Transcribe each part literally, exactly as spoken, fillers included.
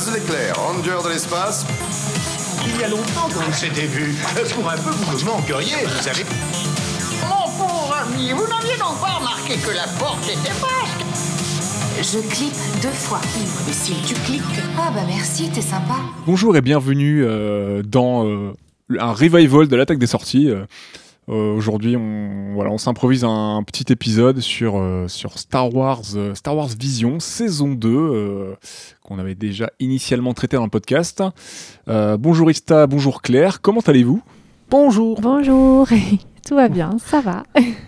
Leclerc, ranger de l'espace. Il y a longtemps qu'on s'était vu. Pour un peu, vous me manqueriez, vous savez. Mon pauvre ami, vous n'aviez donc pas remarqué que la porte était basque? Je clique deux fois. Mais si tu cliques... Ah bah merci, t'es sympa. Bonjour et bienvenue euh, dans euh, un revival de l'attaque des sorties. Euh, euh, aujourd'hui, on, voilà, on s'improvise un, un petit épisode sur, euh, sur Star Wars, euh, Star Wars Vision, saison deux, euh, qu'on avait déjà initialement traité dans le podcast. Euh, bonjour Ista, bonjour Claire, comment allez-vous ? Bonjour. Bonjour, tout va bien, ça va.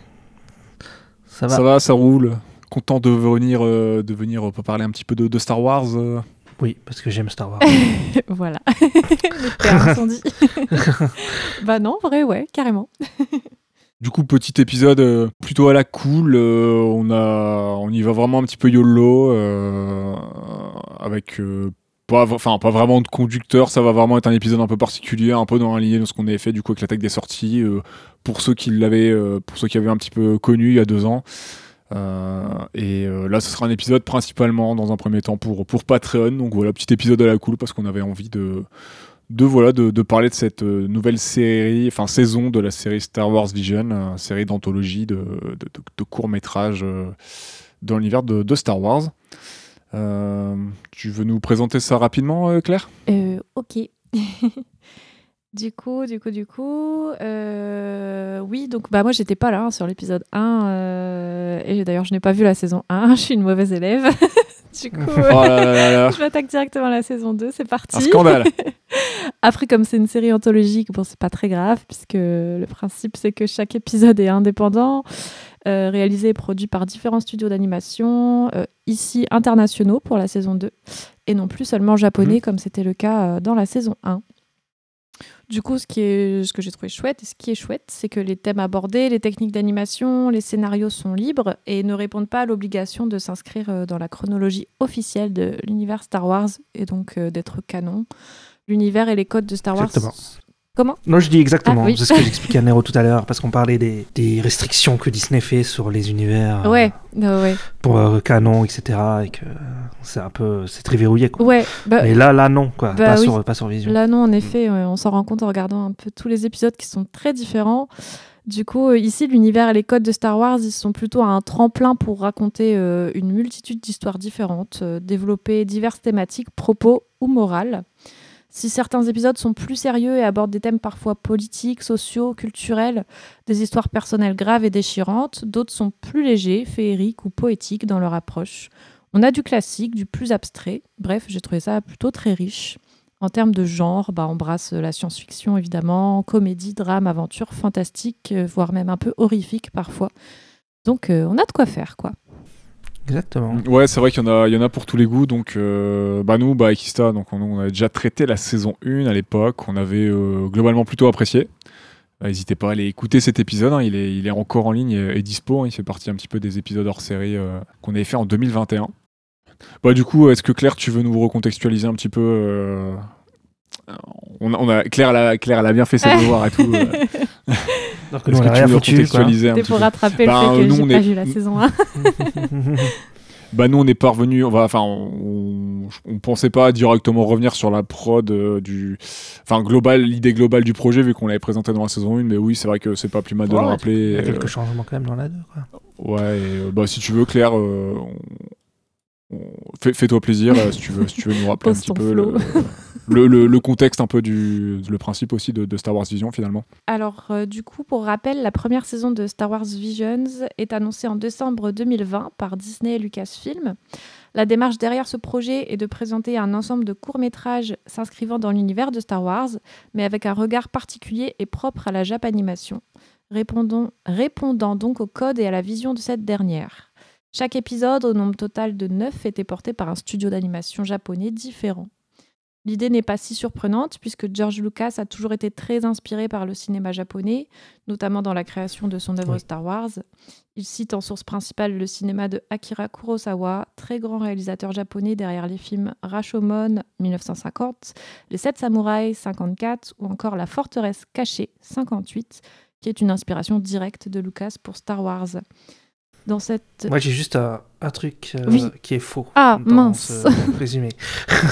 Ça va. Ça va, ça roule. Content de venir, euh, de venir parler un petit peu de, de Star Wars. Euh. Oui, parce que j'aime Star Wars. Voilà, les termes sont dits. Bah non, vrai, ouais, carrément. Du coup, petit épisode euh, plutôt à la cool. Euh, on, a, on y va vraiment un petit peu YOLO, euh, avec euh, pas, enfin, pas vraiment de conducteur. Ça va vraiment être un épisode un peu particulier, un peu dans la lignée de ce qu'on avait fait du coup avec l'attaque des sorties. Euh, pour ceux qui l'avaient, euh, pour ceux qui avaient un petit peu connu il y a deux ans. Euh, et euh, là, ce sera un épisode principalement dans un premier temps pour, pour Patreon. Donc voilà, petit épisode à la cool parce qu'on avait envie de, de, voilà, de, de parler de cette euh, nouvelle série, enfin saison de la série Star Wars Vision, euh, série d'anthologie de, de, de, de courts-métrages euh, dans l'univers de, de Star Wars. Euh, tu veux nous présenter ça rapidement, euh, Claire ? Euh, ok. Du coup, du coup, du coup, euh, oui, donc bah moi j'étais pas là hein, sur l'épisode un, euh, et d'ailleurs je n'ai pas vu la saison un, je suis une mauvaise élève. Du coup, oh là là là là. je m'attaque directement à la saison deux, c'est parti. Un scandale. Après, comme c'est une série anthologique, bon, c'est pas très grave, puisque le principe c'est que chaque épisode est indépendant, euh, réalisé et produit par différents studios d'animation, euh, ici internationaux pour la saison deux, et non plus seulement japonais, mmh. comme c'était le cas euh, dans la saison un. Du coup, ce, qui est, ce que j'ai trouvé chouette, et ce qui est chouette, c'est que les thèmes abordés, les techniques d'animation, les scénarios sont libres et ne répondent pas à l'obligation de s'inscrire dans la chronologie officielle de l'univers Star Wars et donc euh, d'être canon. L'univers et les codes de Star Wars... Exactement. Comment ? Non, je dis exactement. Ah, oui. C'est ce que j'expliquais à Nero tout à l'heure, parce qu'on parlait des, des restrictions que Disney fait sur les univers ouais, euh, ouais. pour euh, canon, et cetera. Et que c'est un peu, c'est très verrouillé, quoi. Ouais. Bah, Mais là, là, non, quoi. Bah, pas, oui. sur, pas sur Vision. Là, non, en effet, ouais, on s'en rend compte en regardant un peu tous les épisodes qui sont très différents. Du coup, euh, ici, l'univers et les codes de Star Wars, ils sont plutôt un tremplin pour raconter euh, une multitude d'histoires différentes, euh, développer diverses thématiques, propos ou morales. Si certains épisodes sont plus sérieux et abordent des thèmes parfois politiques, sociaux, culturels, des histoires personnelles graves et déchirantes, d'autres sont plus légers, féeriques ou poétiques dans leur approche. On a du classique, du plus abstrait. Bref, j'ai trouvé ça plutôt très riche. En termes de genre, bah, on brasse la science-fiction évidemment, comédie, drame, aventure, fantastique, euh, voire même un peu horrifique parfois. Donc euh, on a de quoi faire, quoi. Exactement. Ouais, c'est vrai qu'il y en a, il y en a pour tous les goûts. Donc, euh, bah nous, bah avec Ista, donc on, on a déjà traité la saison un à l'époque. On avait euh, globalement plutôt apprécié. Euh, n'hésitez pas à aller écouter cet épisode. Hein, il est, il est encore en ligne et, et dispo. Hein, il fait partie un petit peu des épisodes hors série euh, qu'on avait fait en deux mille vingt et un. Bah du coup, est-ce que Claire, tu veux nous recontextualiser un petit peu euh... on, a, on a Claire, elle a, Claire, elle a bien fait ses devoirs et tout. Euh... Donc, est-ce que tu veux recontextualiser un petit peu ? C'était pour rattraper bah, le fait que nous, j'ai on pas est... vu la saison un. Bah nous on est pas revenu, on va, enfin on, on pensait pas directement revenir sur la prod euh, du, enfin global, l'idée globale du projet vu qu'on l'avait présenté dans la saison un, mais oui c'est vrai que c'est pas plus mal de ouais, le ouais, rappeler. Il y a euh, quelques changements quand même dans la deux, quoi. Ouais, et, euh, bah si tu veux Claire, euh, on, on, fais, fais-toi plaisir euh, si tu veux, si tu veux nous rappeler un petit peu le, le, le, le contexte un peu du, le principe aussi de, de Star Wars Vision finalement. Alors euh, du coup pour rappel, la première saison de Star Wars Visions est annoncée en décembre deux mille vingt par Disney et Lucasfilm. La démarche derrière ce projet est de présenter un ensemble de courts-métrages s'inscrivant dans l'univers de Star Wars, mais avec un regard particulier et propre à la Japanimation, répondant, répondant donc au code et à la vision de cette dernière. Chaque épisode, au nombre total de neuf, était porté par un studio d'animation japonais différent. L'idée n'est pas si surprenante puisque George Lucas a toujours été très inspiré par le cinéma japonais, notamment dans la création de son œuvre oui. Star Wars. Il cite en source principale le cinéma de Akira Kurosawa, très grand réalisateur japonais derrière les films Rashomon dix-neuf cent cinquante, Les Sept Samouraïs cinquante-quatre ou encore La Forteresse cachée cinquante-huit, qui est une inspiration directe de Lucas pour Star Wars. Dans cette... Moi j'ai juste un, un truc euh, oui. qui est faux ah, dans mince. ce résumé.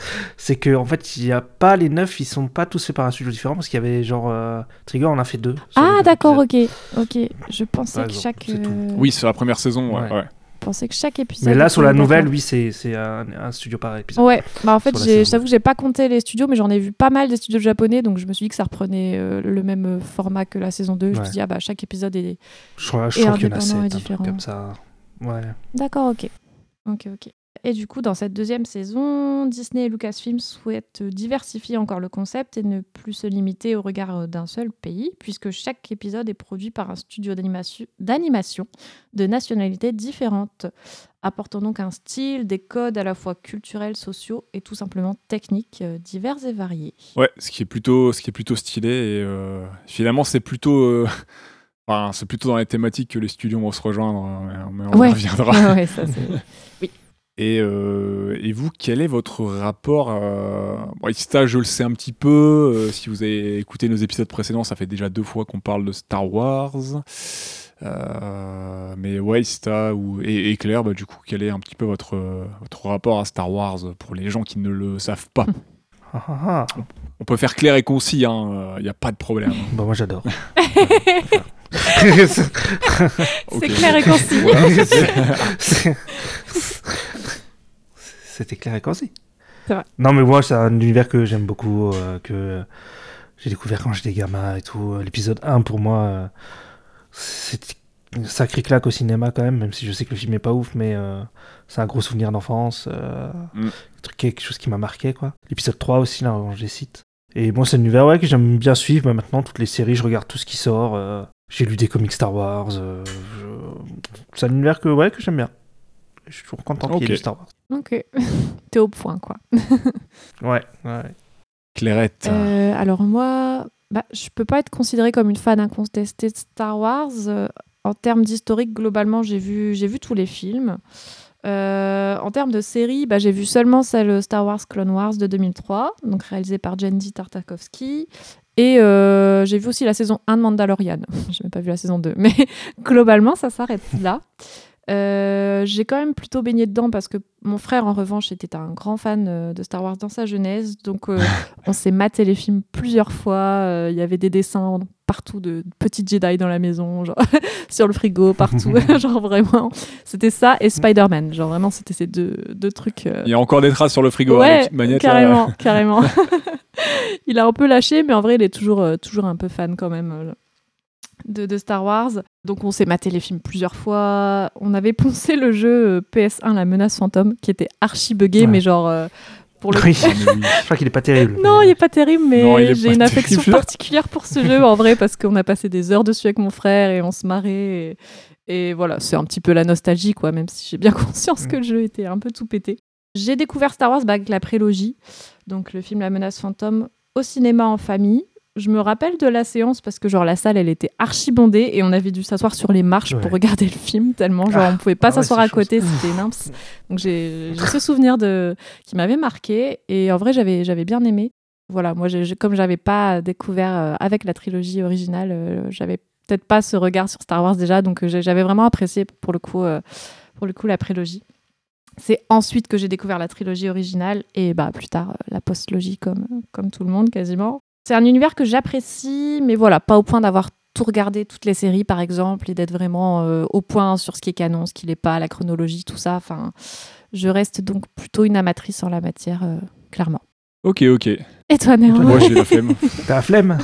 c'est que en fait, il y a pas les neuf, ils sont pas tous faits par un studio différent parce qu'il y avait genre euh, Trigger, on a fait deux. Ah d'accord, ok, ok. Je pensais Par que exemple, chaque. c'est tout. euh, Oui, c'est la première saison, ouais. Ouais. ouais. Je pensais que chaque épisode. Mais là, sur la était nouvelle, d'accord. oui, c'est, c'est un, un studio par épisode. Ouais, bah en fait, Sur la j'ai, saison je t'avoue que j'ai pas compté les studios, mais j'en ai vu pas mal des studios japonais, donc je me suis dit que ça reprenait euh, le même euh, format que la saison deux. Je me Ouais. suis dit, ah bah chaque épisode est. Je crois, je Et crois qu'il y en a indépendant et sept, un truc différent. comme ça. Ouais. D'accord, ok. Ok, ok. Et du coup, dans cette deuxième saison, Disney et Lucasfilm souhaitent diversifier encore le concept et ne plus se limiter au regard d'un seul pays, puisque chaque épisode est produit par un studio d'animation, d'animation de nationalités différentes, apportant donc un style, des codes à la fois culturels, sociaux et tout simplement techniques euh, divers et variés. Ouais, ce qui est plutôt, ce qui est plutôt stylé. Et euh, finalement, c'est plutôt, euh, enfin, c'est plutôt dans les thématiques que les studios vont se rejoindre, euh, mais on Ouais. y reviendra. Ouais, ouais, ça c'est... Et, euh, et vous, quel est votre rapport euh... Bon, Ista, je le sais un petit peu. Euh, si vous avez écouté nos épisodes précédents, ça fait déjà deux fois qu'on parle de Star Wars. Euh, mais ouais, Ista ou... et, et Claire, bah, du coup, quel est un petit peu votre, votre rapport à Star Wars pour les gens qui ne le savent pas? Ah, ah, ah. On peut faire clair et concis, il hein, n'y a pas de problème. Bah, moi, j'adore. C'est Ok. clair et concis. C'est- C'était clair et concis. C'est vrai. Non, mais moi, c'est un univers que j'aime beaucoup, euh, que j'ai découvert quand j'étais gamin et tout. L'épisode un, pour moi, euh, c'est une sacrée claque au cinéma quand même, même si je sais que le film est pas ouf, mais euh, c'est un gros souvenir d'enfance. Euh, Mm. un truc- quelque chose qui m'a marqué, quoi. L'épisode trois aussi, là, je les cite. Et moi, c'est un univers ouais, que j'aime bien suivre. Mais maintenant, toutes les séries, je regarde tout ce qui sort. euh, j'ai lu des comics Star Wars. euh, je- C'est un univers que, ouais, que j'aime bien. Je suis toujours content qu'il y ait Ok. du Star Wars. Ok. T'es au point, quoi. Ouais, ouais. Clairette. Euh, alors moi, bah, je peux pas être considérée comme une fan incontestée de Star Wars. Euh, en termes d'historique, globalement, j'ai vu, j'ai vu tous les films. Euh, en termes de série, bah, j'ai vu seulement celle Star Wars Clone Wars de deux mille trois, donc réalisée par Genndy Tartakovsky. Et euh, j'ai vu aussi la saison un de Mandalorian. J'ai même pas vu la saison deux, mais globalement, ça s'arrête là. Euh, j'ai quand même plutôt baigné dedans parce que mon frère, en revanche, était un grand fan euh, de Star Wars dans sa jeunesse. Donc, euh, on s'est maté les films plusieurs fois. Euh, Il y avait des dessins partout de petits Jedi dans la maison, genre sur le frigo, partout. Genre vraiment, c'était ça et Spider-Man. Genre vraiment, c'était ces deux, deux trucs. euh, Il y a encore des traces sur le frigo, hein, les Ouais, petites magnettes, là. carrément, carrément. Il a un peu lâché, mais en vrai, il est toujours, euh, toujours un peu fan quand même euh, de, de Star Wars. Donc, on s'est maté les films plusieurs fois. On avait poncé le jeu euh, P S un, La Menace Fantôme, qui était archi buggé, Ouais. mais genre euh, pour le. Oui. Ah, mais oui. Je crois qu'il est pas terrible. Non, mais- il est pas terrible, mais Non, il est j'ai pas une affection terrible. particulière pour ce jeu en vrai parce qu'on a passé des heures dessus avec mon frère et on se marrait. Et, et voilà, c'est un petit peu la nostalgie, quoi, même si j'ai bien conscience Mm. que le jeu était un peu tout pété. J'ai découvert Star Wars bah, avec la prélogie, donc le film La Menace Fantôme, au cinéma en famille. Je me rappelle de la séance parce que genre la salle elle était archi bondée et on avait dû s'asseoir sur les marches Ouais. pour regarder le film tellement genre Ah. on pouvait pas Ah ouais, s'asseoir c'est à chaud, côté, ça. c'était nimps. Donc j'ai j'ai ce souvenir de qui m'avait marqué et en vrai j'avais j'avais bien aimé. Voilà, moi j'ai- j'ai- comme j'avais pas découvert euh, avec la trilogie originale, euh, j'avais peut-être pas ce regard sur Star Wars déjà, donc euh, j'ai- j'avais vraiment apprécié pour le coup euh, pour le coup la prélogie. C'est ensuite que j'ai découvert la trilogie originale et bah plus tard euh, la postlogie comme comme tout le monde quasiment. C'est un univers que j'apprécie, mais voilà, pas au point d'avoir tout regardé, toutes les séries par exemple, et d'être vraiment euh, au point sur ce qui est canon, ce qui l'est pas, la chronologie, tout ça. Enfin, je reste donc plutôt une amatrice en la matière, euh, clairement. Ok, ok. Et toi, Néo? Moi, j'ai la flemme. T'as la flemme.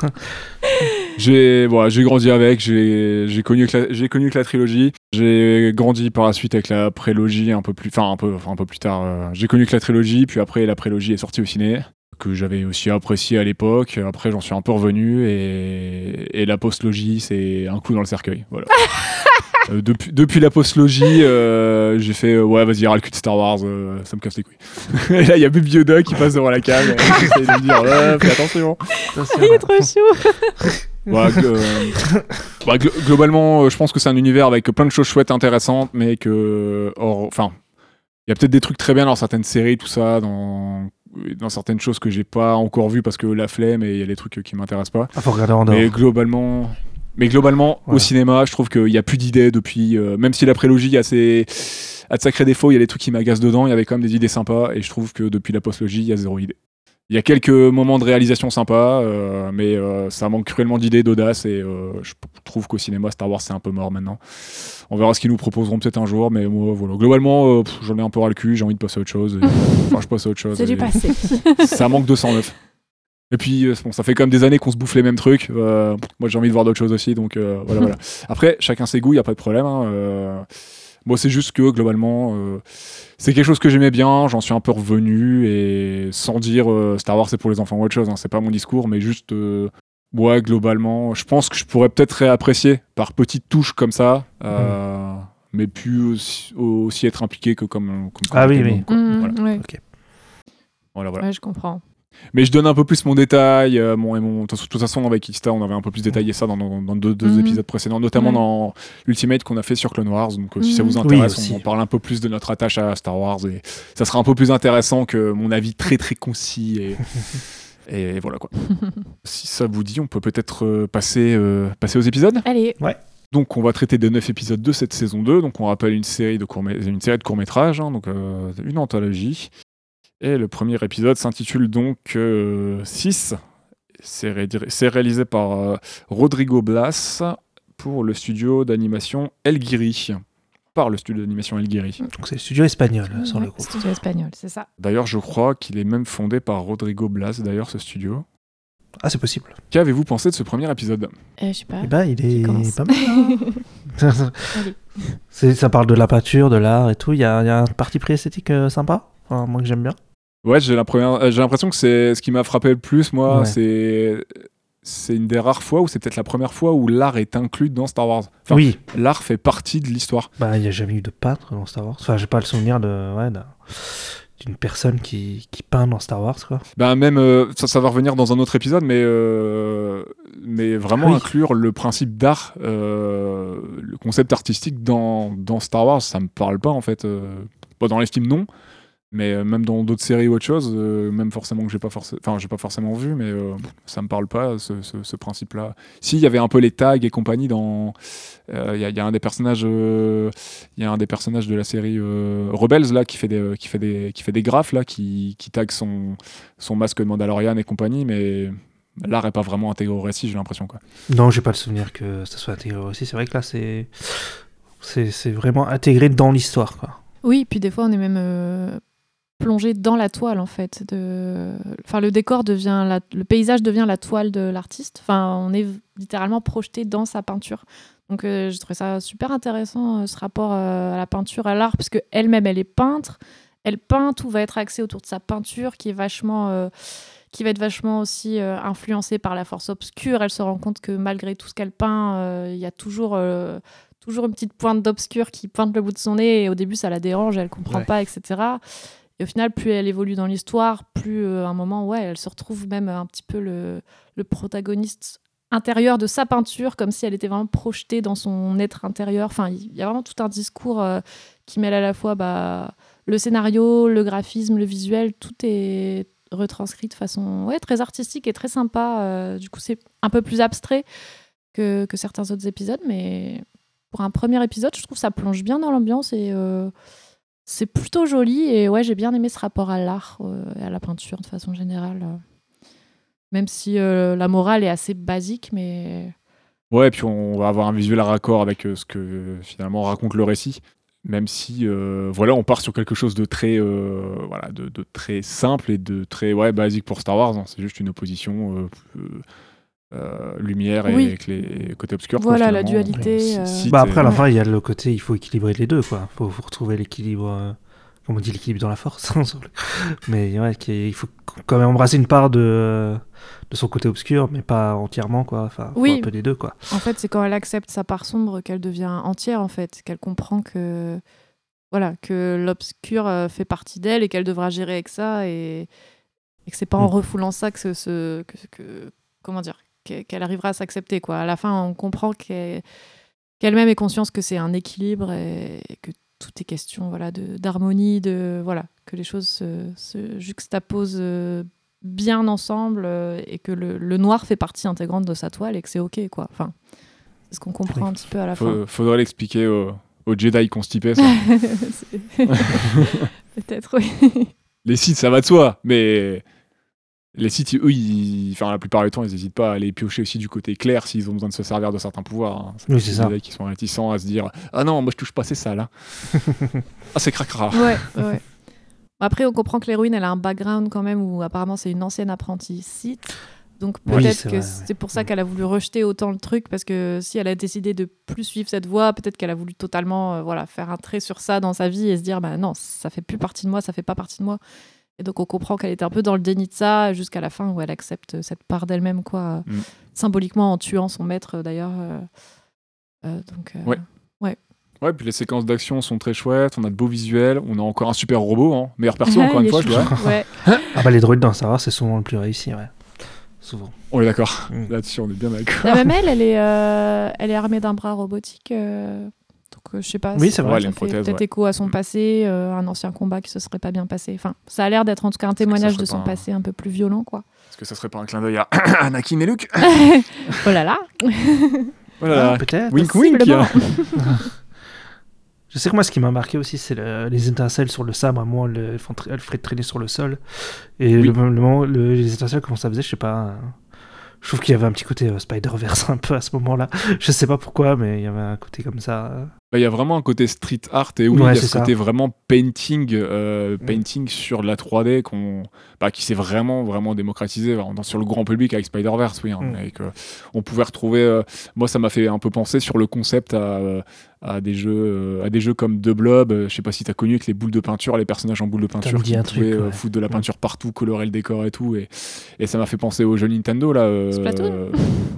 J'ai voilà, j'ai grandi avec, j'ai j'ai connu que la, j'ai connu que la trilogie. J'ai grandi par la suite avec la prélogie un peu plus, enfin un peu, enfin un peu plus tard. euh, j'ai connu que la trilogie, puis après la prélogie est sortie au ciné, que j'avais aussi apprécié à l'époque. Après, j'en suis un peu revenu et, et la postlogie, c'est un coup dans le cercueil. Voilà. Euh, depuis, depuis la postlogie, euh, j'ai fait euh, ouais, vas-y, ras le cul de Star Wars, euh, ça me casse les couilles. Et là, il y a Baby Yoda qui passe devant la cam, et essaye de me dire ouais, fais attention. Il est trop chou. Bah, gl- euh, bah, gl- globalement, euh, je pense que c'est un univers avec plein de choses chouettes, intéressantes, mais que, or- enfin, il y a peut-être des trucs très bien dans certaines séries, tout ça, dans, dans certaines choses que j'ai pas encore vues parce que la flemme et il y a des trucs qui m'intéressent pas. Ah, faut regarder en dehors. Mais globalement, Mais globalement, Voilà. au cinéma, je trouve qu'il n'y a plus d'idées depuis. Euh, même si la prélogie a, ses, a de sacrés défauts, il y a des trucs qui m'agacent dedans, il y avait quand même des idées sympas, et je trouve que depuis la postlogie, il y a zéro idée. Il y a quelques moments de réalisation sympas, euh, mais euh, ça manque cruellement d'idées, d'audace, et euh, je p- trouve qu'au cinéma, Star Wars, c'est un peu mort maintenant. On verra ce qu'ils nous proposeront peut-être un jour, mais moi, voilà. Globalement, euh, pff, j'en ai un peu ras le cul, j'ai envie de passer à autre chose. et- Enfin, je passe à autre chose. C'est du et- passé. Ça manque de cent neuf. Et puis, euh, bon, ça fait quand même des années qu'on se bouffe les mêmes trucs. Euh, moi, j'ai envie de voir d'autres choses aussi, donc euh, voilà, voilà. Après, chacun ses goûts, il n'y a pas de problème. Hein, euh, moi, c'est juste que, globalement, euh, c'est quelque chose que j'aimais bien, j'en suis un peu revenu, et sans dire euh, Star Wars, c'est pour les enfants ou autre chose, hein, c'est pas mon discours, mais juste, euh, ouais, globalement, je pense que je pourrais peut-être réapprécier par petites touches comme ça, euh, mais plus aussi, aussi être impliqué que comme, comme quand Ah oui, j'étais oui. môme, quoi. Mhm, Voilà. ouais. Voilà, voilà. Ouais, je comprends. Mais je donne un peu plus mon détail. Euh, mon, et mon, de toute façon, avec Ista, on avait un peu plus détaillé ça dans, dans, dans deux, deux Mhm. épisodes précédents, notamment Ouais. dans l'Ultimate qu'on a fait sur Clone Wars. Donc, euh, si ça Mhm. vous Oui, intéresse, aussi. on en parle un peu plus de notre attache à Star Wars. Et ça sera un peu plus intéressant que mon avis très très concis. Et, et voilà quoi. Si ça vous dit, on peut peut-être euh, passer, euh, passer aux épisodes. Allez, Donc, on va traiter des neuf épisodes de cette saison deux. Donc, on rappelle une série de, court une série de courts-métrages, hein, donc euh, une anthologie. Et le premier épisode s'intitule donc euh, six. C'est, ré- c'est réalisé par euh, Rodrigo Blas pour le studio d'animation El Guiri. Par le studio d'animation El Guiri. Donc c'est le studio espagnol, sur Ouais, le coup. studio espagnol, c'est ça. D'ailleurs, je crois qu'il est même fondé par Rodrigo Blas, d'ailleurs, ce studio. Ah, c'est possible. Qu'avez-vous pensé de ce premier épisode ? Euh, je sais pas. Eh ben, il Qui est commence pas mal. hein. Allez. C'est- ça parle de la peinture, de l'art et tout. Il y a, il y a un parti pris esthétique euh, sympa. Enfin, moi que j'aime bien. Ouais, j'ai, la première- euh, j'ai l'impression que c'est ce qui m'a frappé le plus, moi, Ouais. c'est... C'est une des rares fois, ou c'est peut-être la première fois où l'art est inclus dans Star Wars. Enfin, Oui, l'art fait partie de l'histoire. bah il n'y a jamais eu de peintre dans Star Wars. Enfin, j'ai pas le souvenir de, ouais, d'un- d'une personne qui, qui peint dans Star Wars, quoi. Ben même, euh, ça, ça va revenir dans un autre épisode, mais, euh, mais vraiment Oui. inclure le principe d'art, euh, le concept artistique dans, dans Star Wars, ça me parle pas en fait. Euh, pas dans les films, non, mais euh, même dans d'autres séries ou autre chose, euh, même forcément que j'ai pas, forc- enfin, j'ai pas forcément vu, mais euh, ça me parle pas ce, ce, ce principe-là. Si, il y avait un peu les tags et compagnie dans. Il euh, y, y a un des personnages, il euh, y a un des personnages de la série euh, Rebels là qui fait des, qui fait des, qui fait des graphes là, qui, qui tag son, son masque de Mandalorian et compagnie, mais l'art est pas vraiment intégré au récit, j'ai l'impression quoi. Non, j'ai pas le souvenir que ça soit intégré aussi. C'est vrai que là, c'est, c'est, c'est vraiment intégré dans l'histoire, quoi. Oui, puis des fois, on est même euh, plongé dans la toile, en fait. De... Enfin, le décor devient... La... Le paysage devient la toile de l'artiste. Enfin, on est littéralement projeté dans sa peinture. Donc, euh, j'ai trouvé ça super intéressant, euh, ce rapport euh, à la peinture, à l'art, parce qu'elle-même, elle est peintre. Elle peint, tout va être axé autour de sa peinture, qui est vachement... Euh, qui va être vachement aussi euh, influencée par la force obscure. Elle se rend compte que malgré tout ce qu'elle peint, il euh, y a toujours... Euh, toujours une petite pointe d'obscur qui pointe le bout de son nez, et au début ça la dérange, elle comprend Ouais. pas, et cetera. Et au final, plus elle évolue dans l'histoire, plus euh, à un moment, ouais, elle se retrouve même un petit peu le, le protagoniste intérieur de sa peinture, comme si elle était vraiment projetée dans son être intérieur. Enfin, il y a vraiment tout un discours euh, qui mêle à la fois bah, le scénario, le graphisme, le visuel, tout est retranscrit de façon ouais, très artistique et très sympa. Euh, du coup, c'est un peu plus abstrait que, que certains autres épisodes, mais pour un premier épisode, je trouve que ça plonge bien dans l'ambiance et euh, c'est plutôt joli. Et ouais, j'ai bien aimé ce rapport à l'art euh, et à la peinture de façon générale. euh. Même si euh, la morale est assez basique, mais... Ouais, et puis on va avoir un visuel à raccord avec euh, ce que finalement raconte le récit. Même si, euh, voilà, on part sur quelque chose de très, euh, voilà, de, de très simple et de très ouais, basique pour Star Wars. Hein. C'est juste une opposition euh, euh, euh, lumière et Oui. avec les côtés obscurs. Voilà, quoi, la finalement. dualité, Si- euh. si Bah t'es- après, à la Ouais. fin, il y a le côté, il faut équilibrer les deux, quoi. Faut, faut retrouver l'équilibre, euh, comme on dit, l'équilibre dans la force. hein, sur le- mais ouais, qu'il y ait- il faut quand même embrasser une part de, de son côté obscur, mais pas entièrement, quoi. Enfin, faut Oui. un peu des deux, quoi. En fait, c'est quand elle accepte sa part sombre qu'elle devient entière, en fait, qu'elle comprend que voilà, que l'obscur euh, fait partie d'elle et qu'elle devra gérer avec ça, et, et que c'est pas en Mm. refoulant ça que, ce, ce- que, que- comment dire, qu'elle qu'elle arrivera à s'accepter, quoi. À la fin, on comprend qu'elle, qu'elle-même est consciente que c'est un équilibre et, et que tout est question, voilà, de d'harmonie, de voilà, que les choses se, se juxtaposent euh, bien ensemble, euh, et que le, le noir fait partie intégrante de sa toile et que c'est ok, quoi. Enfin, C'est ce qu'on comprend Oui. un petit peu à la fin. Faut- faudrait l'expliquer aux, aux Jedi constipés, ça. C'est- Peut-être, oui. Les Sith, ça va de soi, mais les Sith, eux, ils... enfin, la plupart du temps, ils n'hésitent pas à aller piocher aussi du côté clair s'ils ont besoin de se servir de certains pouvoirs. Hein. Oui, c'est les ça. Jedi qui sont réticents à se dire « Ah non, moi je touche pas, c'est ça, là. Ah, c'est cracra. » Ouais, ouais. Après, on comprend que l'héroïne, elle a un background quand même où apparemment c'est une ancienne apprentie Sith. Donc Oui, peut-être c'est que vrai, c'est pour ça qu'elle a voulu rejeter autant le truc, parce que si elle a décidé de plus suivre cette voie, peut-être qu'elle a voulu totalement euh, voilà, faire un trait sur ça dans sa vie et se dire bah non, ça fait plus partie de moi, ça fait pas partie de moi. Et donc on comprend qu'elle était un peu dans le déni de ça jusqu'à la fin où elle accepte cette part d'elle-même, quoi, Mm. symboliquement en tuant son maître d'ailleurs. euh, euh, donc euh, Ouais. Ouais, puis les séquences d'action sont très chouettes, on a de beaux visuels, on a encore un super robot, hein. Meilleur perso, encore il une est fois, je chou- dois. Ouais. Ah bah les droïdes dans Star Wars, c'est souvent le plus réussi, ouais. Souvent. On est d'accord. Mm. Là-dessus, on est bien d'accord. La même elle, elle est, euh, elle est armée d'un bras robotique. euh, donc euh, je sais pas. Oui, si c'est vrai. Ouais, elle a ça une fait prothèse, peut-être ouais. écho à son passé, euh, un ancien combat qui se serait pas bien passé. Enfin, ça a l'air d'être en tout cas un que ça témoignage serait de son pas un- passé un peu plus violent, quoi. Est-ce que ça serait pas un clin d'œil à Anakin et Luke? Oh là là. Oh là là. Ah, peut-être. Wink wink. Possiblement. Je sais que moi, ce qui m'a marqué aussi, c'est le- les étincelles sur le sabre. À moi, elles le font tra- elles le feraient traîner sur le sol. Et Oui. le, le moment, le- les étincelles, comment ça faisait, je sais pas. euh, Je trouve qu'il y avait un petit côté euh, Spider-Verse un peu à ce moment-là. Je sais pas pourquoi, mais il y avait un côté comme ça. euh. Bah, il y a vraiment un côté street art et oui, Ouais, il y a c'est ce ça. côté vraiment painting, euh, Mm. painting sur de la trois D qu'on, bah, qui s'est vraiment, vraiment démocratisé dans- dans- sur le grand public avec Spider-Verse, oui. Hein, Mm. avec, euh, on pouvait retrouver. euh, moi, ça m'a fait un peu penser sur le concept à, euh, à des jeux, euh, à des jeux comme The Blob. euh, Je sais pas si tu as connu avec les boules de peinture, les personnages en boules de peinture me dit qui un pouvaient truc, euh, ouais. foutre de la Mm. peinture partout, colorer le décor et tout. Et, et ça m'a fait penser aux jeux Nintendo là. euh, Splatoon euh,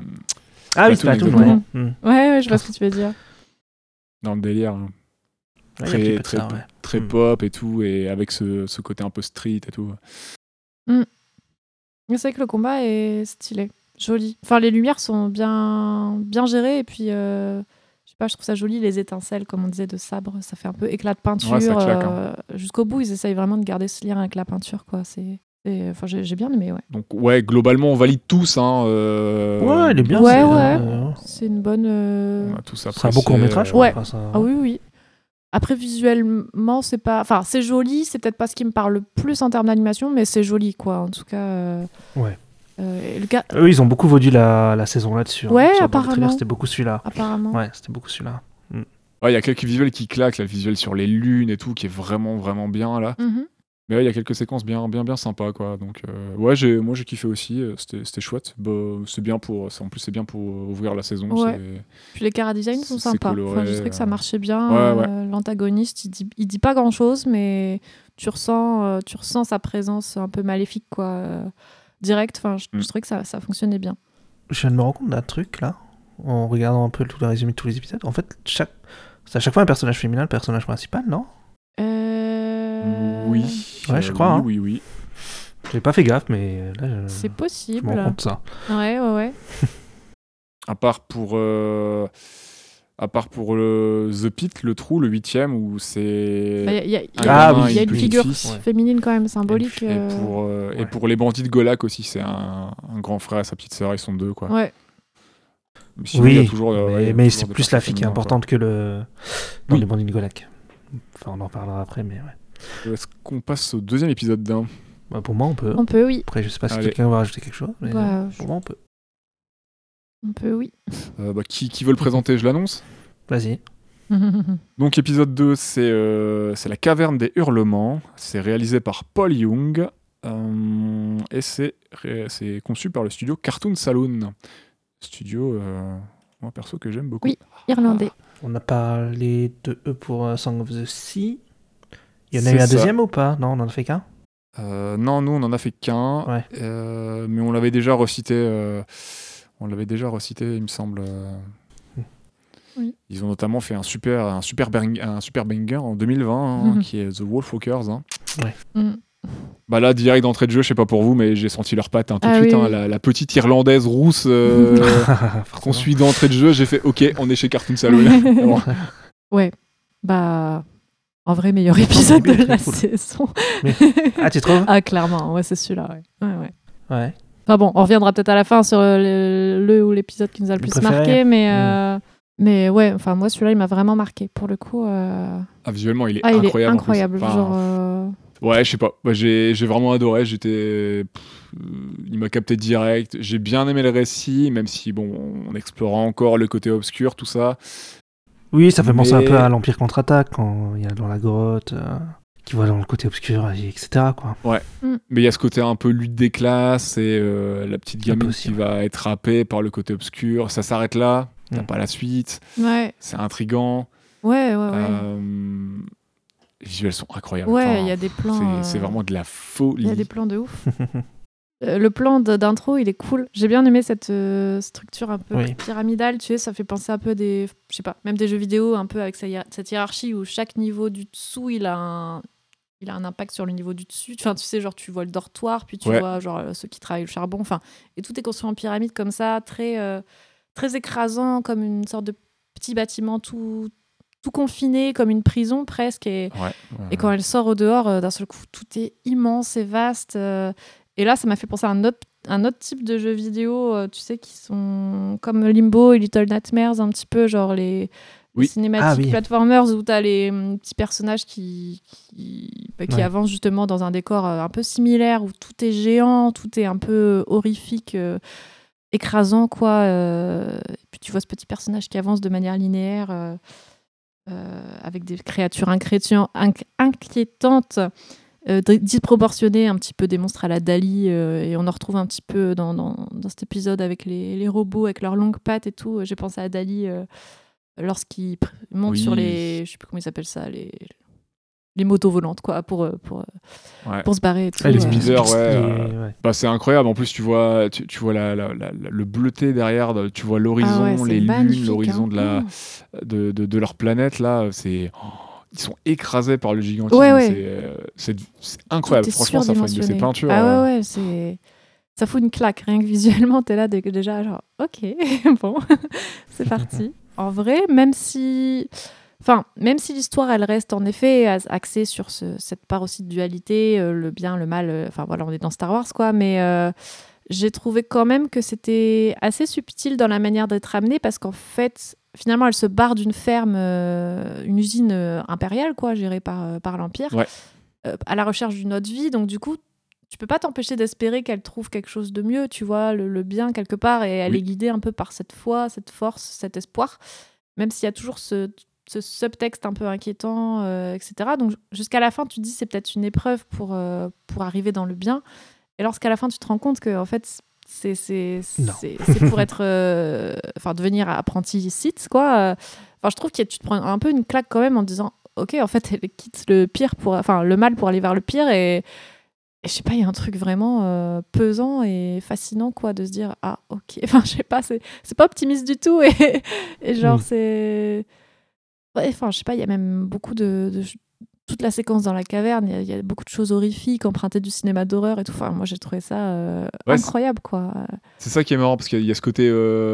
Ah oui, Splatoon, Splatoon, ouais. exactement. Mm. Ouais, ouais, je vois ce que tu veux dire. dans le délire. hein. Ouais, il y a un petit Très, peu de très, ça, ouais. très Mm. pop et tout, et avec ce, ce côté un peu street et tout. Mais c'est vrai que le combat est stylé, joli. Enfin, les lumières sont bien, bien gérées et puis. euh, Je sais pas, je trouve ça joli, les étincelles, comme on disait, de sabre. Ça fait un peu éclat de peinture. Ouais, ça claque, hein. euh, Jusqu'au bout, ils essayent vraiment de garder ce lien avec la peinture, quoi. C'est, c'est- enfin, j'ai, j'ai bien aimé, ouais. Donc ouais, globalement, on valide tous. Hein, euh, Ouais, il est bien. Ouais, c'est, ouais. euh, C'est une bonne. euh, On a tous C'est un apprécié, beau court-métrage, euh, quoi. Ouais. Enfin, ça- Ah oui, oui. Après, visuellement, c'est pas. Enfin, c'est joli, c'est peut-être pas ce qui me parle le plus en termes d'animation, mais c'est joli, quoi. En tout cas. euh, Ouais. euh, et le gars, Eux, ils ont beaucoup vendu la, la saison là-dessus. hein. Ouais, Sur le trailer, apparemment. C'était beaucoup celui-là. apparemment. Ouais, c'était beaucoup celui-là. Ouais, il y a quelques visuels qui claquent, là, le visuel sur les lunes et tout, qui est vraiment, vraiment bien, là. Mhm. Mais ouais, il y a quelques séquences bien, bien, bien sympas, quoi. Donc, euh, ouais, j'ai, moi, j'ai kiffé aussi. euh, C'était, c'était chouette. Bah, c'est bien pour, c'est- en plus, c'est bien pour ouvrir la saison. Ouais. c'est- Puis les chara-designs sont C'est sympas. coloré, Enfin, je trouvais que ça euh, marchait bien. ouais, ouais. Euh, L'antagoniste, il dit, il dit pas grand-chose, mais tu ressens, euh, tu ressens sa présence un peu maléfique, quoi. euh, direct. Enfin, je, Mm. je trouvais que ça, ça fonctionnait bien. Je viens de me rendre compte d'un truc là, en regardant un peu tout le résumé de tous les épisodes. En fait, chaque... c'est à chaque fois un personnage féminin, le personnage principal, non? Euh, Oui. Ouais, je euh, crois, Oui, hein. oui, oui. J'avais pas fait gaffe, mais là, je, C'est je possible. me rends compte de ça. Ouais, ouais, ouais. À part pour, euh, à part pour le The Pit, le trou, le huitième, où c'est. Bah, Il y a, il y a- un Ah gamin oui, il y a et une petite figure fille. Ouais. féminine quand même symbolique. Et, euh, pour, euh, et ouais. pour les bandits de Golak aussi, c'est un, un grand frère et sa petite sœur, ils sont deux, quoi. Ouais. Mais sinon, il y a Oui, toujours, euh, mais, ouais, il y a mais toujours c'est des plus la fille qui est personnes féminines, importante que le dans Oui. les bandits de Golak. Enfin, on en parlera après, mais ouais. quoi. Est-ce qu'on passe au deuxième épisode d'un Bah, pour moi, on peut. On peut, oui. Après, je sais pas si Allez. quelqu'un va rajouter quelque chose, mais Bah, pour moi, on peut. On peut, oui. Euh, bah, qui, qui veut le présenter, je l'annonce. Vas-y. Donc épisode deux, c'est euh, c'est La Caverne des Hurlements. C'est réalisé par Paul Young. euh, et c'est ré- c'est conçu par le studio Cartoon Saloon. Studio, euh, moi perso, que j'aime beaucoup. Oui. Irlandais. On a parlé de eux pour euh, Song of the Sea. Il y en a C'est eu un ça. deuxième ou pas? Non, on en a fait qu'un. Euh, non, nous on en a fait qu'un, Ouais. euh, mais on l'avait déjà recité. euh, on l'avait déjà recité, il me semble. euh. Oui. Ils ont notamment fait un super, un super, bang- un super banger en deux mille vingt, hein, Mhm. qui est The Wolfwalkers. Hein. Mm. Bah là, direct d'entrée de jeu, je sais pas pour vous, mais j'ai senti leurs pattes hein, tout Ah de suite. oui, hein, oui. la, la petite irlandaise rousse euh, qu'on Forcément. suit d'entrée de jeu, j'ai fait OK, on est chez Cartoon Saloon. Bon. Ouais. Bah, en vrai, meilleur épisode de début, la très cool. saison. Ah, tu trouves? Ah, clairement. Ouais, c'est celui-là. Ouais. Ouais, ouais. Ouais. Enfin bon, on reviendra peut-être à la fin sur le, le ou l'épisode qui nous a le, Le plus préféré. marqué, mais, Mm. euh, mais ouais, enfin moi celui-là il m'a vraiment marqué pour le coup. euh, Ah, visuellement, il est Ah, il incroyable. est en plus. incroyable. Enfin, Genre, euh, Ouais, je sais pas. Bah, j'ai, j'ai vraiment adoré. J'étais. pff, euh, il m'a capté direct. J'ai bien aimé le récit, même si, bon, on explorera encore le côté obscur, tout ça. Oui, ça fait penser Mais- un peu à l'Empire contre-attaque quand il y a dans la grotte, euh, qui voit dans le côté obscur, et etc. Quoi. Mais il y a ce côté un peu lutte des classes et euh, la petite Un peu gamine aussi, qui ouais. va être happée par le côté obscur. Ça s'arrête là. T'as Mm. pas la suite. ouais, C'est intriguant. ouais, ouais, ouais. Euh, Les visuels sont incroyables. Ouais, Enfin, il y a des plans, C'est, euh, c'est vraiment de la Il folie. y a des plans de ouf. Euh, le plan de- d'intro, il est cool. J'ai bien aimé cette euh, structure un peu Oui. pyramidale, tu sais, ça fait penser un peu des, je sais pas, même des jeux vidéo un peu avec sa hiér- cette hiérarchie où chaque niveau du dessous, il a un, il a un impact sur le niveau du dessus. Enfin, tu sais, genre tu vois le dortoir, puis tu Ouais. vois genre euh, ceux qui travaillent le charbon. Enfin, et tout est construit en pyramide comme ça, très, euh, très écrasant, comme une sorte de petit bâtiment tout, tout confiné, comme une prison presque. Et, Ouais, ouais, et quand elle sort au dehors, euh, d'un seul coup, tout est immense et vaste. euh, et là, ça m'a fait penser à un autre, un autre type de jeux vidéo, euh, tu sais, qui sont comme Limbo et Little Nightmares, un petit peu, genre les, les Oui. cinématiques Ah oui. platformers où tu as les hum, petits personnages qui, qui, bah, qui Ouais. avancent justement dans un décor euh, un peu similaire, où tout est géant, tout est un peu horrifique, euh, écrasant, quoi. euh, et puis tu vois ce petit personnage qui avance de manière linéaire. euh, euh, avec des créatures incrétien- inq- inquiétantes, euh, d- disproportionnées, un petit peu des monstres à la Dali, euh, et on en retrouve un petit peu dans, dans, dans cet épisode avec les, les robots, avec leurs longues pattes et tout. J'ai pensé à Dali euh, lorsqu'il pr- monte Oui. sur les... Je sais plus comment ils appellent ça, les, les motos volantes, quoi, pour, euh, pour, euh, ouais. pour se barrer et tout. Ah, les euh. speeders, speeds- ouais, les- euh, ouais. Bah, c'est incroyable. En plus, tu vois, tu, tu vois la, la- la- la- le bleuté derrière, de- tu vois l'horizon, Ah ouais, c'est les magnifique, lunes, l'horizon hein. de, la, Oh. de, de, de leur planète. Là, c'est, oh, ils sont écrasés par le gigantisme. Ouais, ouais. C'est, euh, c'est, c'est incroyable. Tout est Franchement, ça ferait une de ces surdimensionné. peintures. Ah euh. ouais, ouais, c'est... Ça fout une claque. Rien que visuellement, t'es là dès que déjà, genre, ok, bon, c'est parti. En vrai, même si... Enfin, même si l'histoire, elle reste en effet as- axée sur ce- cette part aussi de dualité, euh, le bien, le mal, euh, enfin voilà, on est dans Star Wars, quoi, mais euh, j'ai trouvé quand même que c'était assez subtil dans la manière d'être amené, parce qu'en fait, finalement, elle se barre d'une ferme, euh, une usine euh, impériale, quoi, gérée par, euh, par l'Empire, Ouais. euh, à la recherche d'une autre vie, donc du coup, tu peux pas t'empêcher d'espérer qu'elle trouve quelque chose de mieux, tu vois, le, le bien quelque part, et elle Oui. est guidée un peu par cette foi, cette force, cet espoir, même s'il y a toujours ce, ce subtexte un peu inquiétant, euh, et cetera. Donc jusqu'à la fin, tu te dis c'est peut-être une épreuve pour, euh, pour arriver dans le bien, et lorsqu'à la fin, tu te rends compte que en fait, c'est, c'est, Non. c'est, c'est pour être, euh, enfin, devenir apprenti Sith, quoi. euh. Enfin, je trouve que tu te prends un peu une claque quand même en te disant, ok, en fait, elle quitte le pire pour, enfin, le mal pour aller vers le pire, et Et je sais pas, il y a un truc vraiment euh, pesant et fascinant, quoi, de se dire, ah, ok, enfin, je sais pas, c'est, c'est pas optimiste du tout, et, et genre, Mm. c'est... Ouais, enfin, je sais pas, il y a même beaucoup de... de- Toute la séquence dans la caverne, il y a- il y, a beaucoup de choses horrifiques, empruntées du cinéma d'horreur et tout. Enfin, moi, j'ai trouvé ça euh, Ouais, c'est- incroyable, quoi. C'est ça qui est marrant, parce qu'il y a ce côté